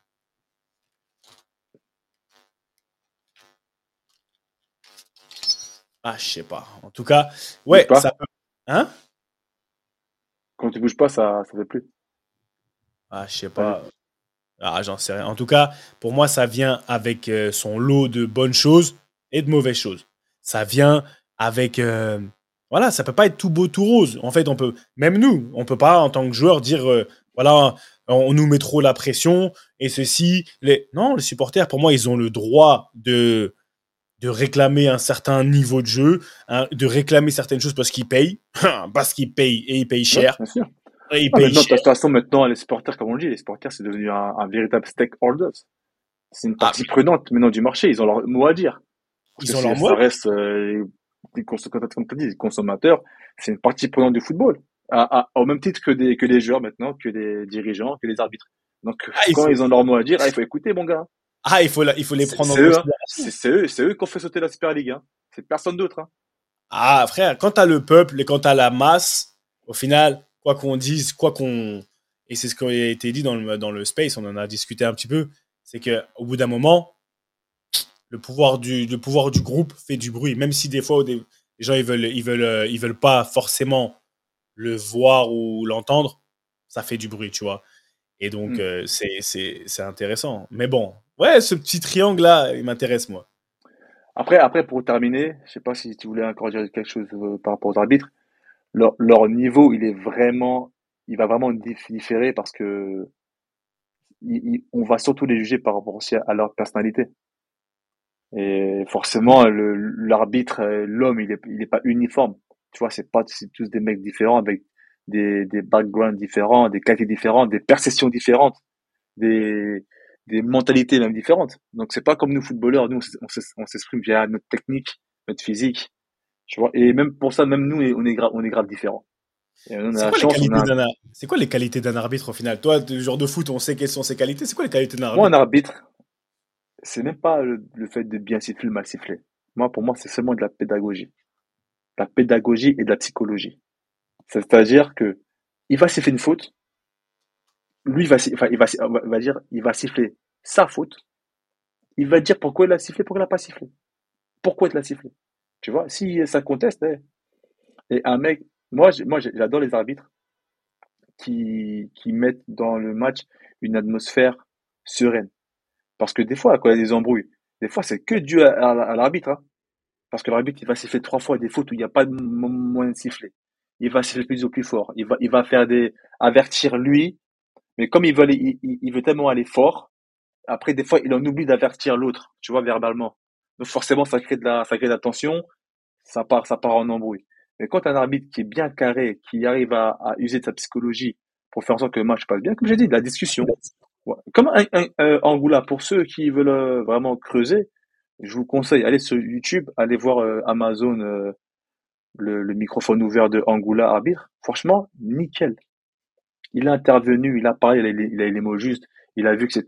je sais pas. En tout cas, ouais, ça peut. Hein? Quand tu bouges pas, ça fait plus. Je sais pas. J'en sais rien. En tout cas, pour moi, ça vient avec son lot de bonnes choses et de mauvaises choses. Ça vient avec. Voilà, ça peut pas être tout beau, tout rose. En fait, même nous, on peut pas, en tant que joueur, dire voilà, on nous met trop la pression et ceci. Non, les supporters, pour moi, ils ont le droit de réclamer un certain niveau de jeu, de réclamer certaines choses parce qu'ils payent, et ils payent cher. Ouais, bien sûr. De toute façon, maintenant, les supporters, comme on le dit, les supporters, c'est devenu un véritable stakeholder. C'est une partie prenante maintenant du marché. Ils ont leur mot à dire. Ils ont leur mot. Ça reste, comme tu dis, les consommateurs, c'est une partie prenante du football. Au même titre que les joueurs maintenant, que les dirigeants, que les arbitres. Donc, Il quand faut, ils ont leur mot à dire, il faut écouter, mon gars. il faut les prendre en C'est eux, hein. considération. C'est eux qui ont fait sauter la Super League, hein. C'est personne d'autre, hein. Ah, frère, quand t'as le peuple et quand t'as la masse, au final, quoi qu'on dise, et c'est ce qui a été dit dans le space, on en a discuté un petit peu, c'est que au bout d'un moment, le pouvoir du groupe fait du bruit, même si des fois, les gens, ils veulent pas forcément le voir ou l'entendre, ça fait du bruit, tu vois. Et donc, c'est intéressant. Mais bon, ouais, ce petit triangle-là, il m'intéresse, moi. Après, pour terminer, je sais pas si tu voulais encore dire quelque chose par rapport aux arbitres. Leur niveau, il va vraiment différer parce que on va surtout les juger par rapport aussi à leur personnalité. Et forcément, l'arbitre, l'homme, il est pas uniforme. Tu vois, c'est tous des mecs différents avec des backgrounds différents, des qualités différentes, des perceptions différentes, des, des mentalités même différentes. Donc, c'est pas comme nous footballeurs. Nous, on s'exprime via notre technique, notre physique. Tu vois. Et même pour ça, même nous, on est grave différents. Et on a la chance, C'est quoi les qualités d'un arbitre au final? Toi, du genre de foot, on sait quelles sont ses qualités. C'est quoi les qualités d'un moi, un arbitre? arbitre, c'est même pas le fait de bien siffler ou mal siffler. Pour moi, c'est seulement de la pédagogie. La pédagogie et de la psychologie. C'est-à-dire que il va siffler une faute, lui il va siffler sa faute, il va dire pourquoi il a sifflé, pourquoi il n'a pas sifflé, pourquoi il l'a sifflé. Tu vois, si ça conteste, et un mec, j'adore les arbitres qui mettent dans le match une atmosphère sereine. Parce que des fois, quand il y a des embrouilles, des fois c'est que dû à l'arbitre, hein. Parce que l'arbitre, il va siffler 3 fois des fautes où il n'y a pas de moyen de siffler. Il va siffler plus au plus fort. Il va faire avertir lui. Mais comme il veut tellement aller fort, après, des fois, il en oublie d'avertir l'autre, tu vois, verbalement. Donc, forcément, ça crée de la tension. Ça part en embrouille. Mais quand un arbitre qui est bien carré, qui arrive à user de sa psychologie pour faire en sorte que le match passe bien, comme j'ai dit, de la discussion. Ouais. Comme Angoula, pour ceux qui veulent vraiment creuser, je vous conseille, allez sur YouTube, allez voir Amazon, le microphone ouvert de Angoula arbitre. Franchement, nickel. Il a intervenu, il a parlé, il a eu les mots justes. Il a vu que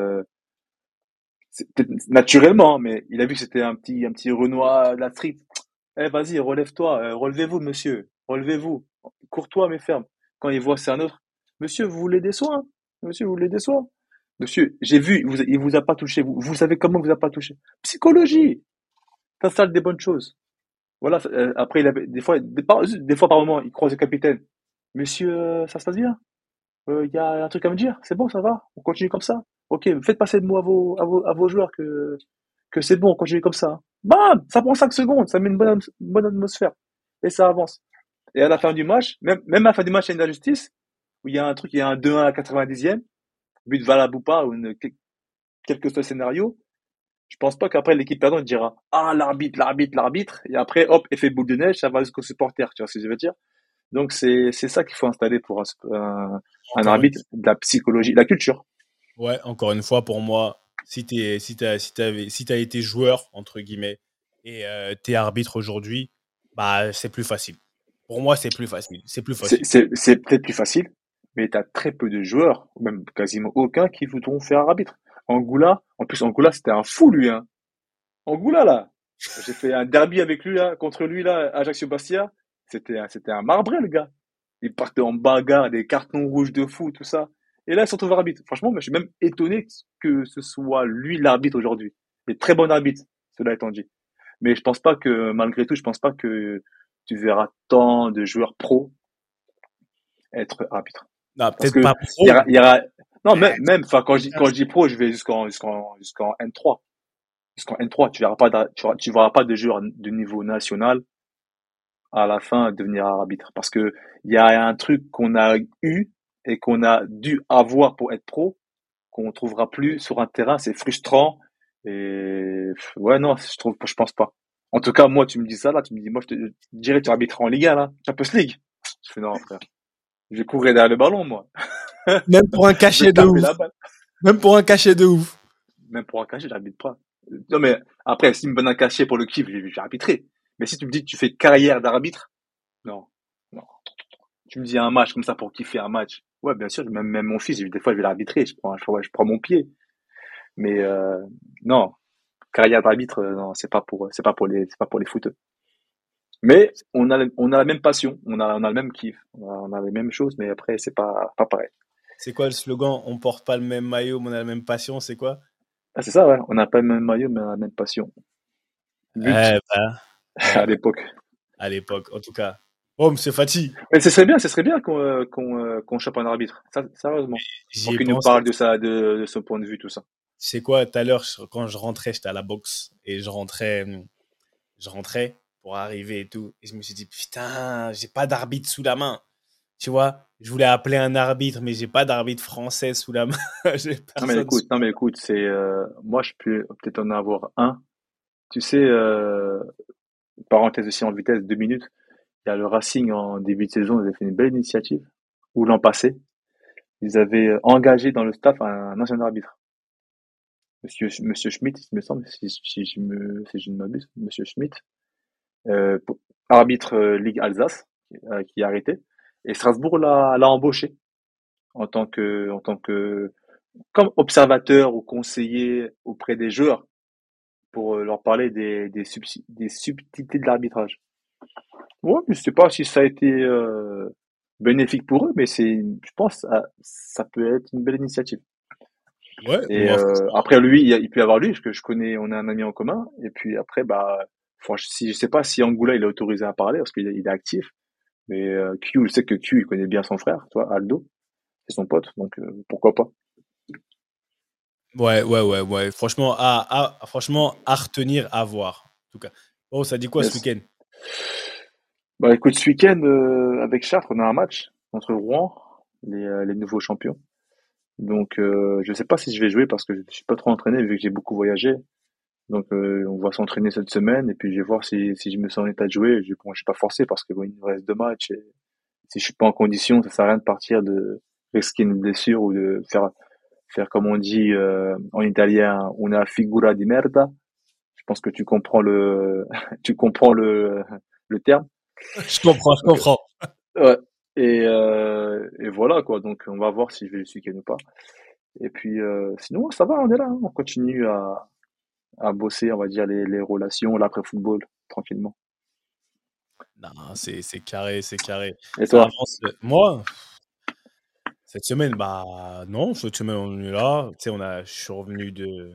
c'était naturellement, hein, mais il a vu que c'était un petit Renoir de la street. Eh, vas-y, relève-toi, relevez-vous, monsieur, relevez-vous. Courtois mais ferme. Quand il voit c'est un autre, monsieur, vous voulez des soins? Monsieur, vous voulez des soins? Monsieur, j'ai vu, il vous a pas touché. Vous savez comment il vous a pas touché? Psychologie. T'installe des bonnes choses. Voilà. Après, il avait des fois par moment, il croise le capitaine. Monsieur, ça se passe bien? Il y a un truc à me dire? C'est bon, ça va? On continue comme ça? Ok, faites passer de mots à vos joueurs que c'est bon, on continue comme ça. Bam! Ça prend 5 secondes, ça met une bonne atmosphère. Et ça avance. Et à la fin du match, même à la fin du match, il y a une injustice, où il y a un truc, il y a un 2-1 à la 90e, but valable ou pas, quel que soit le scénario. Je pense pas qu'après l'équipe perdante dira, ah, l'arbitre, et après, hop, effet boule de neige, ça va jusqu'aux supporters, tu vois ce que je veux dire? Donc c'est ça qu'il faut installer pour un arbitre, de la psychologie, de la culture. Ouais, encore une fois, pour moi, si t'as été joueur, entre guillemets, et t'es arbitre aujourd'hui, bah, c'est plus facile. Pour moi, c'est plus facile. C'est plus facile. C'est peut-être plus facile, mais tu as très peu de joueurs, ou même quasiment aucun, qui voudront faire arbitre. Angoula, en plus Angoula, c'était un fou lui, hein. Angoula là, j'ai fait un derby avec lui là, contre lui là, Ajaccio Bastia, c'était un marbré le gars. Il partait en bagarre, des cartons rouges de fou, tout ça. Et là, il se retrouve arbitre. Franchement, moi, je suis même étonné que ce soit lui l'arbitre aujourd'hui. Mais très bon arbitre, cela étant dit. Mais je pense pas que, malgré tout, je pense pas que tu verras tant de joueurs pros être arbitre. Non, Parce peut-être que pas pro. il y aura, non, même, enfin, quand je dis pro, je vais jusqu'en N3. Jusqu'en N3, tu verras pas de joueurs de niveau national à la fin devenir arbitre. Parce que il y a un truc qu'on a eu et qu'on a dû avoir pour être pro, qu'on trouvera plus sur un terrain, c'est frustrant. Et ouais, non, je pense pas. En tout cas, moi, tu me dis ça là, tu me dis, moi, je te dirais, tu arbitreras en Ligue 1 là, Champions League. Je fais non, frère. Je vais courir derrière le ballon, moi. Même pour un cachet de ouf. Même pour un cachet de ouf. Même pour un cachet, j'arbitre pas. Non, mais après, si me donne un cachet pour le kiff, je vais arbitrer. Mais si tu me dis que tu fais carrière d'arbitre, non, non. Tu me dis un match comme ça pour kiffer un match. Ouais, bien sûr, même mon fils, des fois, je vais l'arbitrer, je prends mon pied. Mais non, carrière d'arbitre, non, c'est pas pour les footeux. Mais on a la même passion, on a le même kiff, on a les mêmes choses, mais après, c'est pas pareil. C'est quoi le slogan? On porte pas le même maillot, mais on a la même passion, c'est quoi? Ah, c'est ça, ouais. On n'a pas le même maillot, mais on a la même passion. But Eh ben, à l'époque. à l'époque, en tout cas. Oh, monsieur Fati, Mais ce serait bien qu'on chope un arbitre. Ça, sérieusement. j'y Pour ai qu'il nous pensé. parle de son point de vue, tout ça. Tu sais quoi, tout à l'heure, quand je rentrais, j'étais à la boxe et je rentrais pour arriver et tout. Et je me suis dit, putain, j'ai pas d'arbitre sous la main. Tu vois, je voulais appeler un arbitre, mais j'ai pas d'arbitre français sous la main. J'ai personne. Non, mais écoute, moi, je peux peut-être en avoir un. Tu sais, parenthèse aussi en vitesse, 2 minutes. Il y a le Racing en début de saison, ils avaient fait une belle initiative. Ou l'an passé, ils avaient engagé dans le staff un ancien arbitre. Monsieur Schmitt, il me semble, si je ne m'abuse, Monsieur Schmitt, euh, pour- arbitre Ligue Alsace, qui a arrêté. Et Strasbourg l'a embauché en tant que, comme observateur ou conseiller auprès des joueurs pour leur parler des subtilités de l'arbitrage. Ouais, je sais pas si ça a été bénéfique pour eux, mais je pense, ça peut être une belle initiative. Ouais, Et moi, après lui, il peut y avoir lui, parce que je connais, on a un ami en commun. Et puis après, bah, je sais pas si Angoula il est autorisé à parler parce qu'il est actif. Mais Q, je sais que Q, il connaît bien son frère, toi, Aldo, c'est son pote, donc pourquoi pas. ouais. Franchement, à retenir, à voir. En tout cas. Oh, ça dit quoi ce Yes. week-end? Bah écoute, ce week-end avec Chartres, on a un match contre Rouen, les nouveaux champions. Donc je sais pas si je vais jouer parce que je suis pas trop entraîné vu que j'ai beaucoup voyagé. Donc on va s'entraîner cette semaine et puis je vais voir si je me sens en état de jouer. Bon, je suis pas forcé parce que bon, il nous reste 2 matchs et si je suis pas en condition, ça sert à rien de partir de risquer une blessure ou de faire comme on dit en italien, una figura di merda. Je pense que tu comprends tu comprends le terme. Je comprends, je Donc, comprends. ouais. Et voilà quoi. Donc on va voir si je vais le week-end ou pas. Et puis sinon ça va, on est là, hein. On continue à bosser, on va dire les relations, l'après-football, tranquillement. Non, c'est carré, c'est carré. Et Ça toi? avance. Moi, cette semaine, bah non, cette semaine on est là. Tu sais, je suis revenu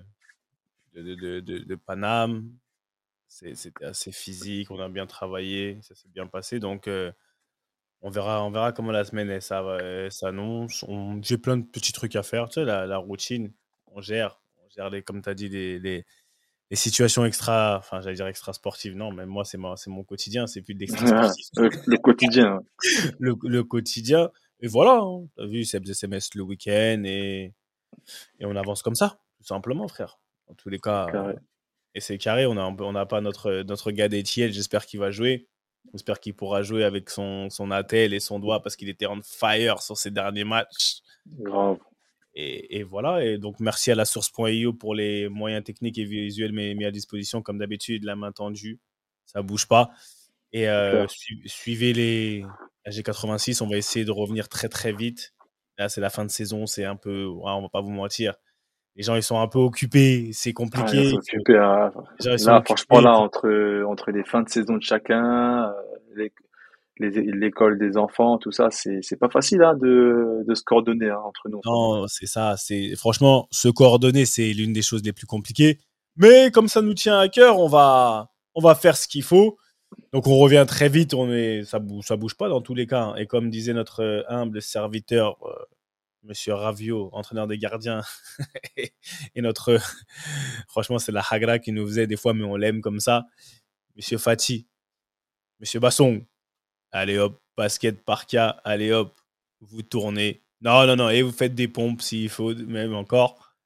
de Paname. C'était assez physique, on a bien travaillé, ça s'est bien passé. Donc on verra comment la semaine elle s'annonce. J'ai plein de petits trucs à faire. Tu sais, la routine, on gère comme tu as dit, les situations extra, enfin j'allais dire extra sportives. Non, mais moi c'est mon quotidien, c'est plus de l'extra sportif. Le quotidien. Le quotidien. Et voilà, hein. T'as vu, c'est SMS le week-end et on avance comme ça, tout simplement, frère. En tous les cas, Carré. et c'est carré, on n'a pas notre gars d'Etiel, j'espère qu'il va jouer. J'espère qu'il pourra jouer avec son attel et son doigt parce qu'il était on fire sur ses derniers matchs. Grave. Et voilà, et donc merci à la source.io pour les moyens techniques et visuels mis à disposition, comme d'habitude, la main tendue, ça bouge pas. Et Clair. suivez les AG86, on va essayer de revenir très très vite. Là, c'est la fin de saison, c'est un peu, ouais, on va pas vous mentir. Les gens, ils sont un peu occupés, c'est Ah, compliqué. ils sont occupés, hein. Les gens, ils sont Là, occupés. franchement, là, entre les fins de saison de chacun, l'école des enfants, tout ça, c'est pas facile, hein, de se coordonner, hein, entre nous. Non, c'est ça. Franchement, se coordonner, c'est l'une des choses les plus compliquées. Mais comme ça nous tient à cœur, on va faire ce qu'il faut. Donc on revient très vite. Ça bouge pas dans tous les cas, hein. Et comme disait notre humble serviteur, Monsieur Ravio, entraîneur des gardiens, et franchement, c'est la hagra qui nous faisait des fois, mais on l'aime comme ça. Monsieur Fati, Monsieur Basson, allez hop, basket par cas, allez hop, vous tournez. Non, et vous faites des pompes s'il faut, même encore.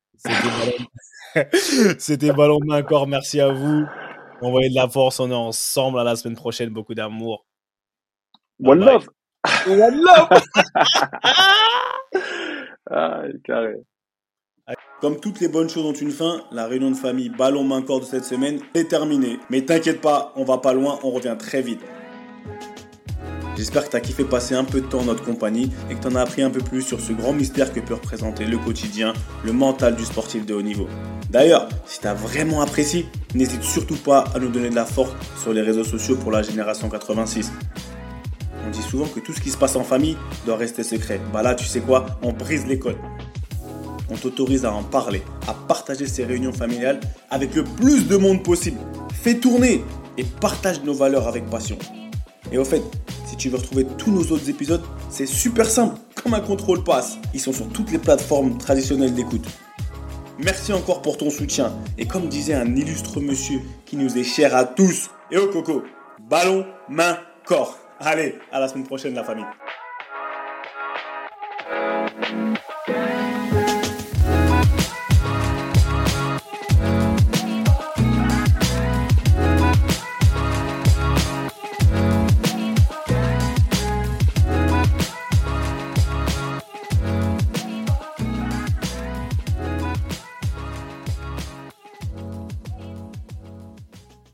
C'était ballon main encore, merci à vous. Envoyez de la force, on est ensemble à la semaine prochaine, beaucoup d'amour. One Bye bye. love! One love. Ah, carré. Comme toutes les bonnes choses ont une fin, la réunion de famille ballon main corps de cette semaine est terminée. Mais t'inquiète pas, on va pas loin, on revient très vite. J'espère que tu as kiffé passer un peu de temps en notre compagnie et que tu en as appris un peu plus sur ce grand mystère que peut représenter le quotidien, le mental du sportif de haut niveau. D'ailleurs, si tu as vraiment apprécié, n'hésite surtout pas à nous donner de la force sur les réseaux sociaux pour la génération 86. On dit souvent que tout ce qui se passe en famille doit rester secret. Bah là, tu sais quoi? On brise les codes. On t'autorise à en parler, à partager ces réunions familiales avec le plus de monde possible. Fais tourner et partage nos valeurs avec passion. Et au fait, si tu veux retrouver tous nos autres épisodes, c'est super simple, comme un contrôle pass. Ils sont sur toutes les plateformes traditionnelles d'écoute. Merci encore pour ton soutien. Et comme disait un illustre monsieur qui nous est cher à tous, et au coco, ballon, main, corps. Allez, à la semaine prochaine la famille.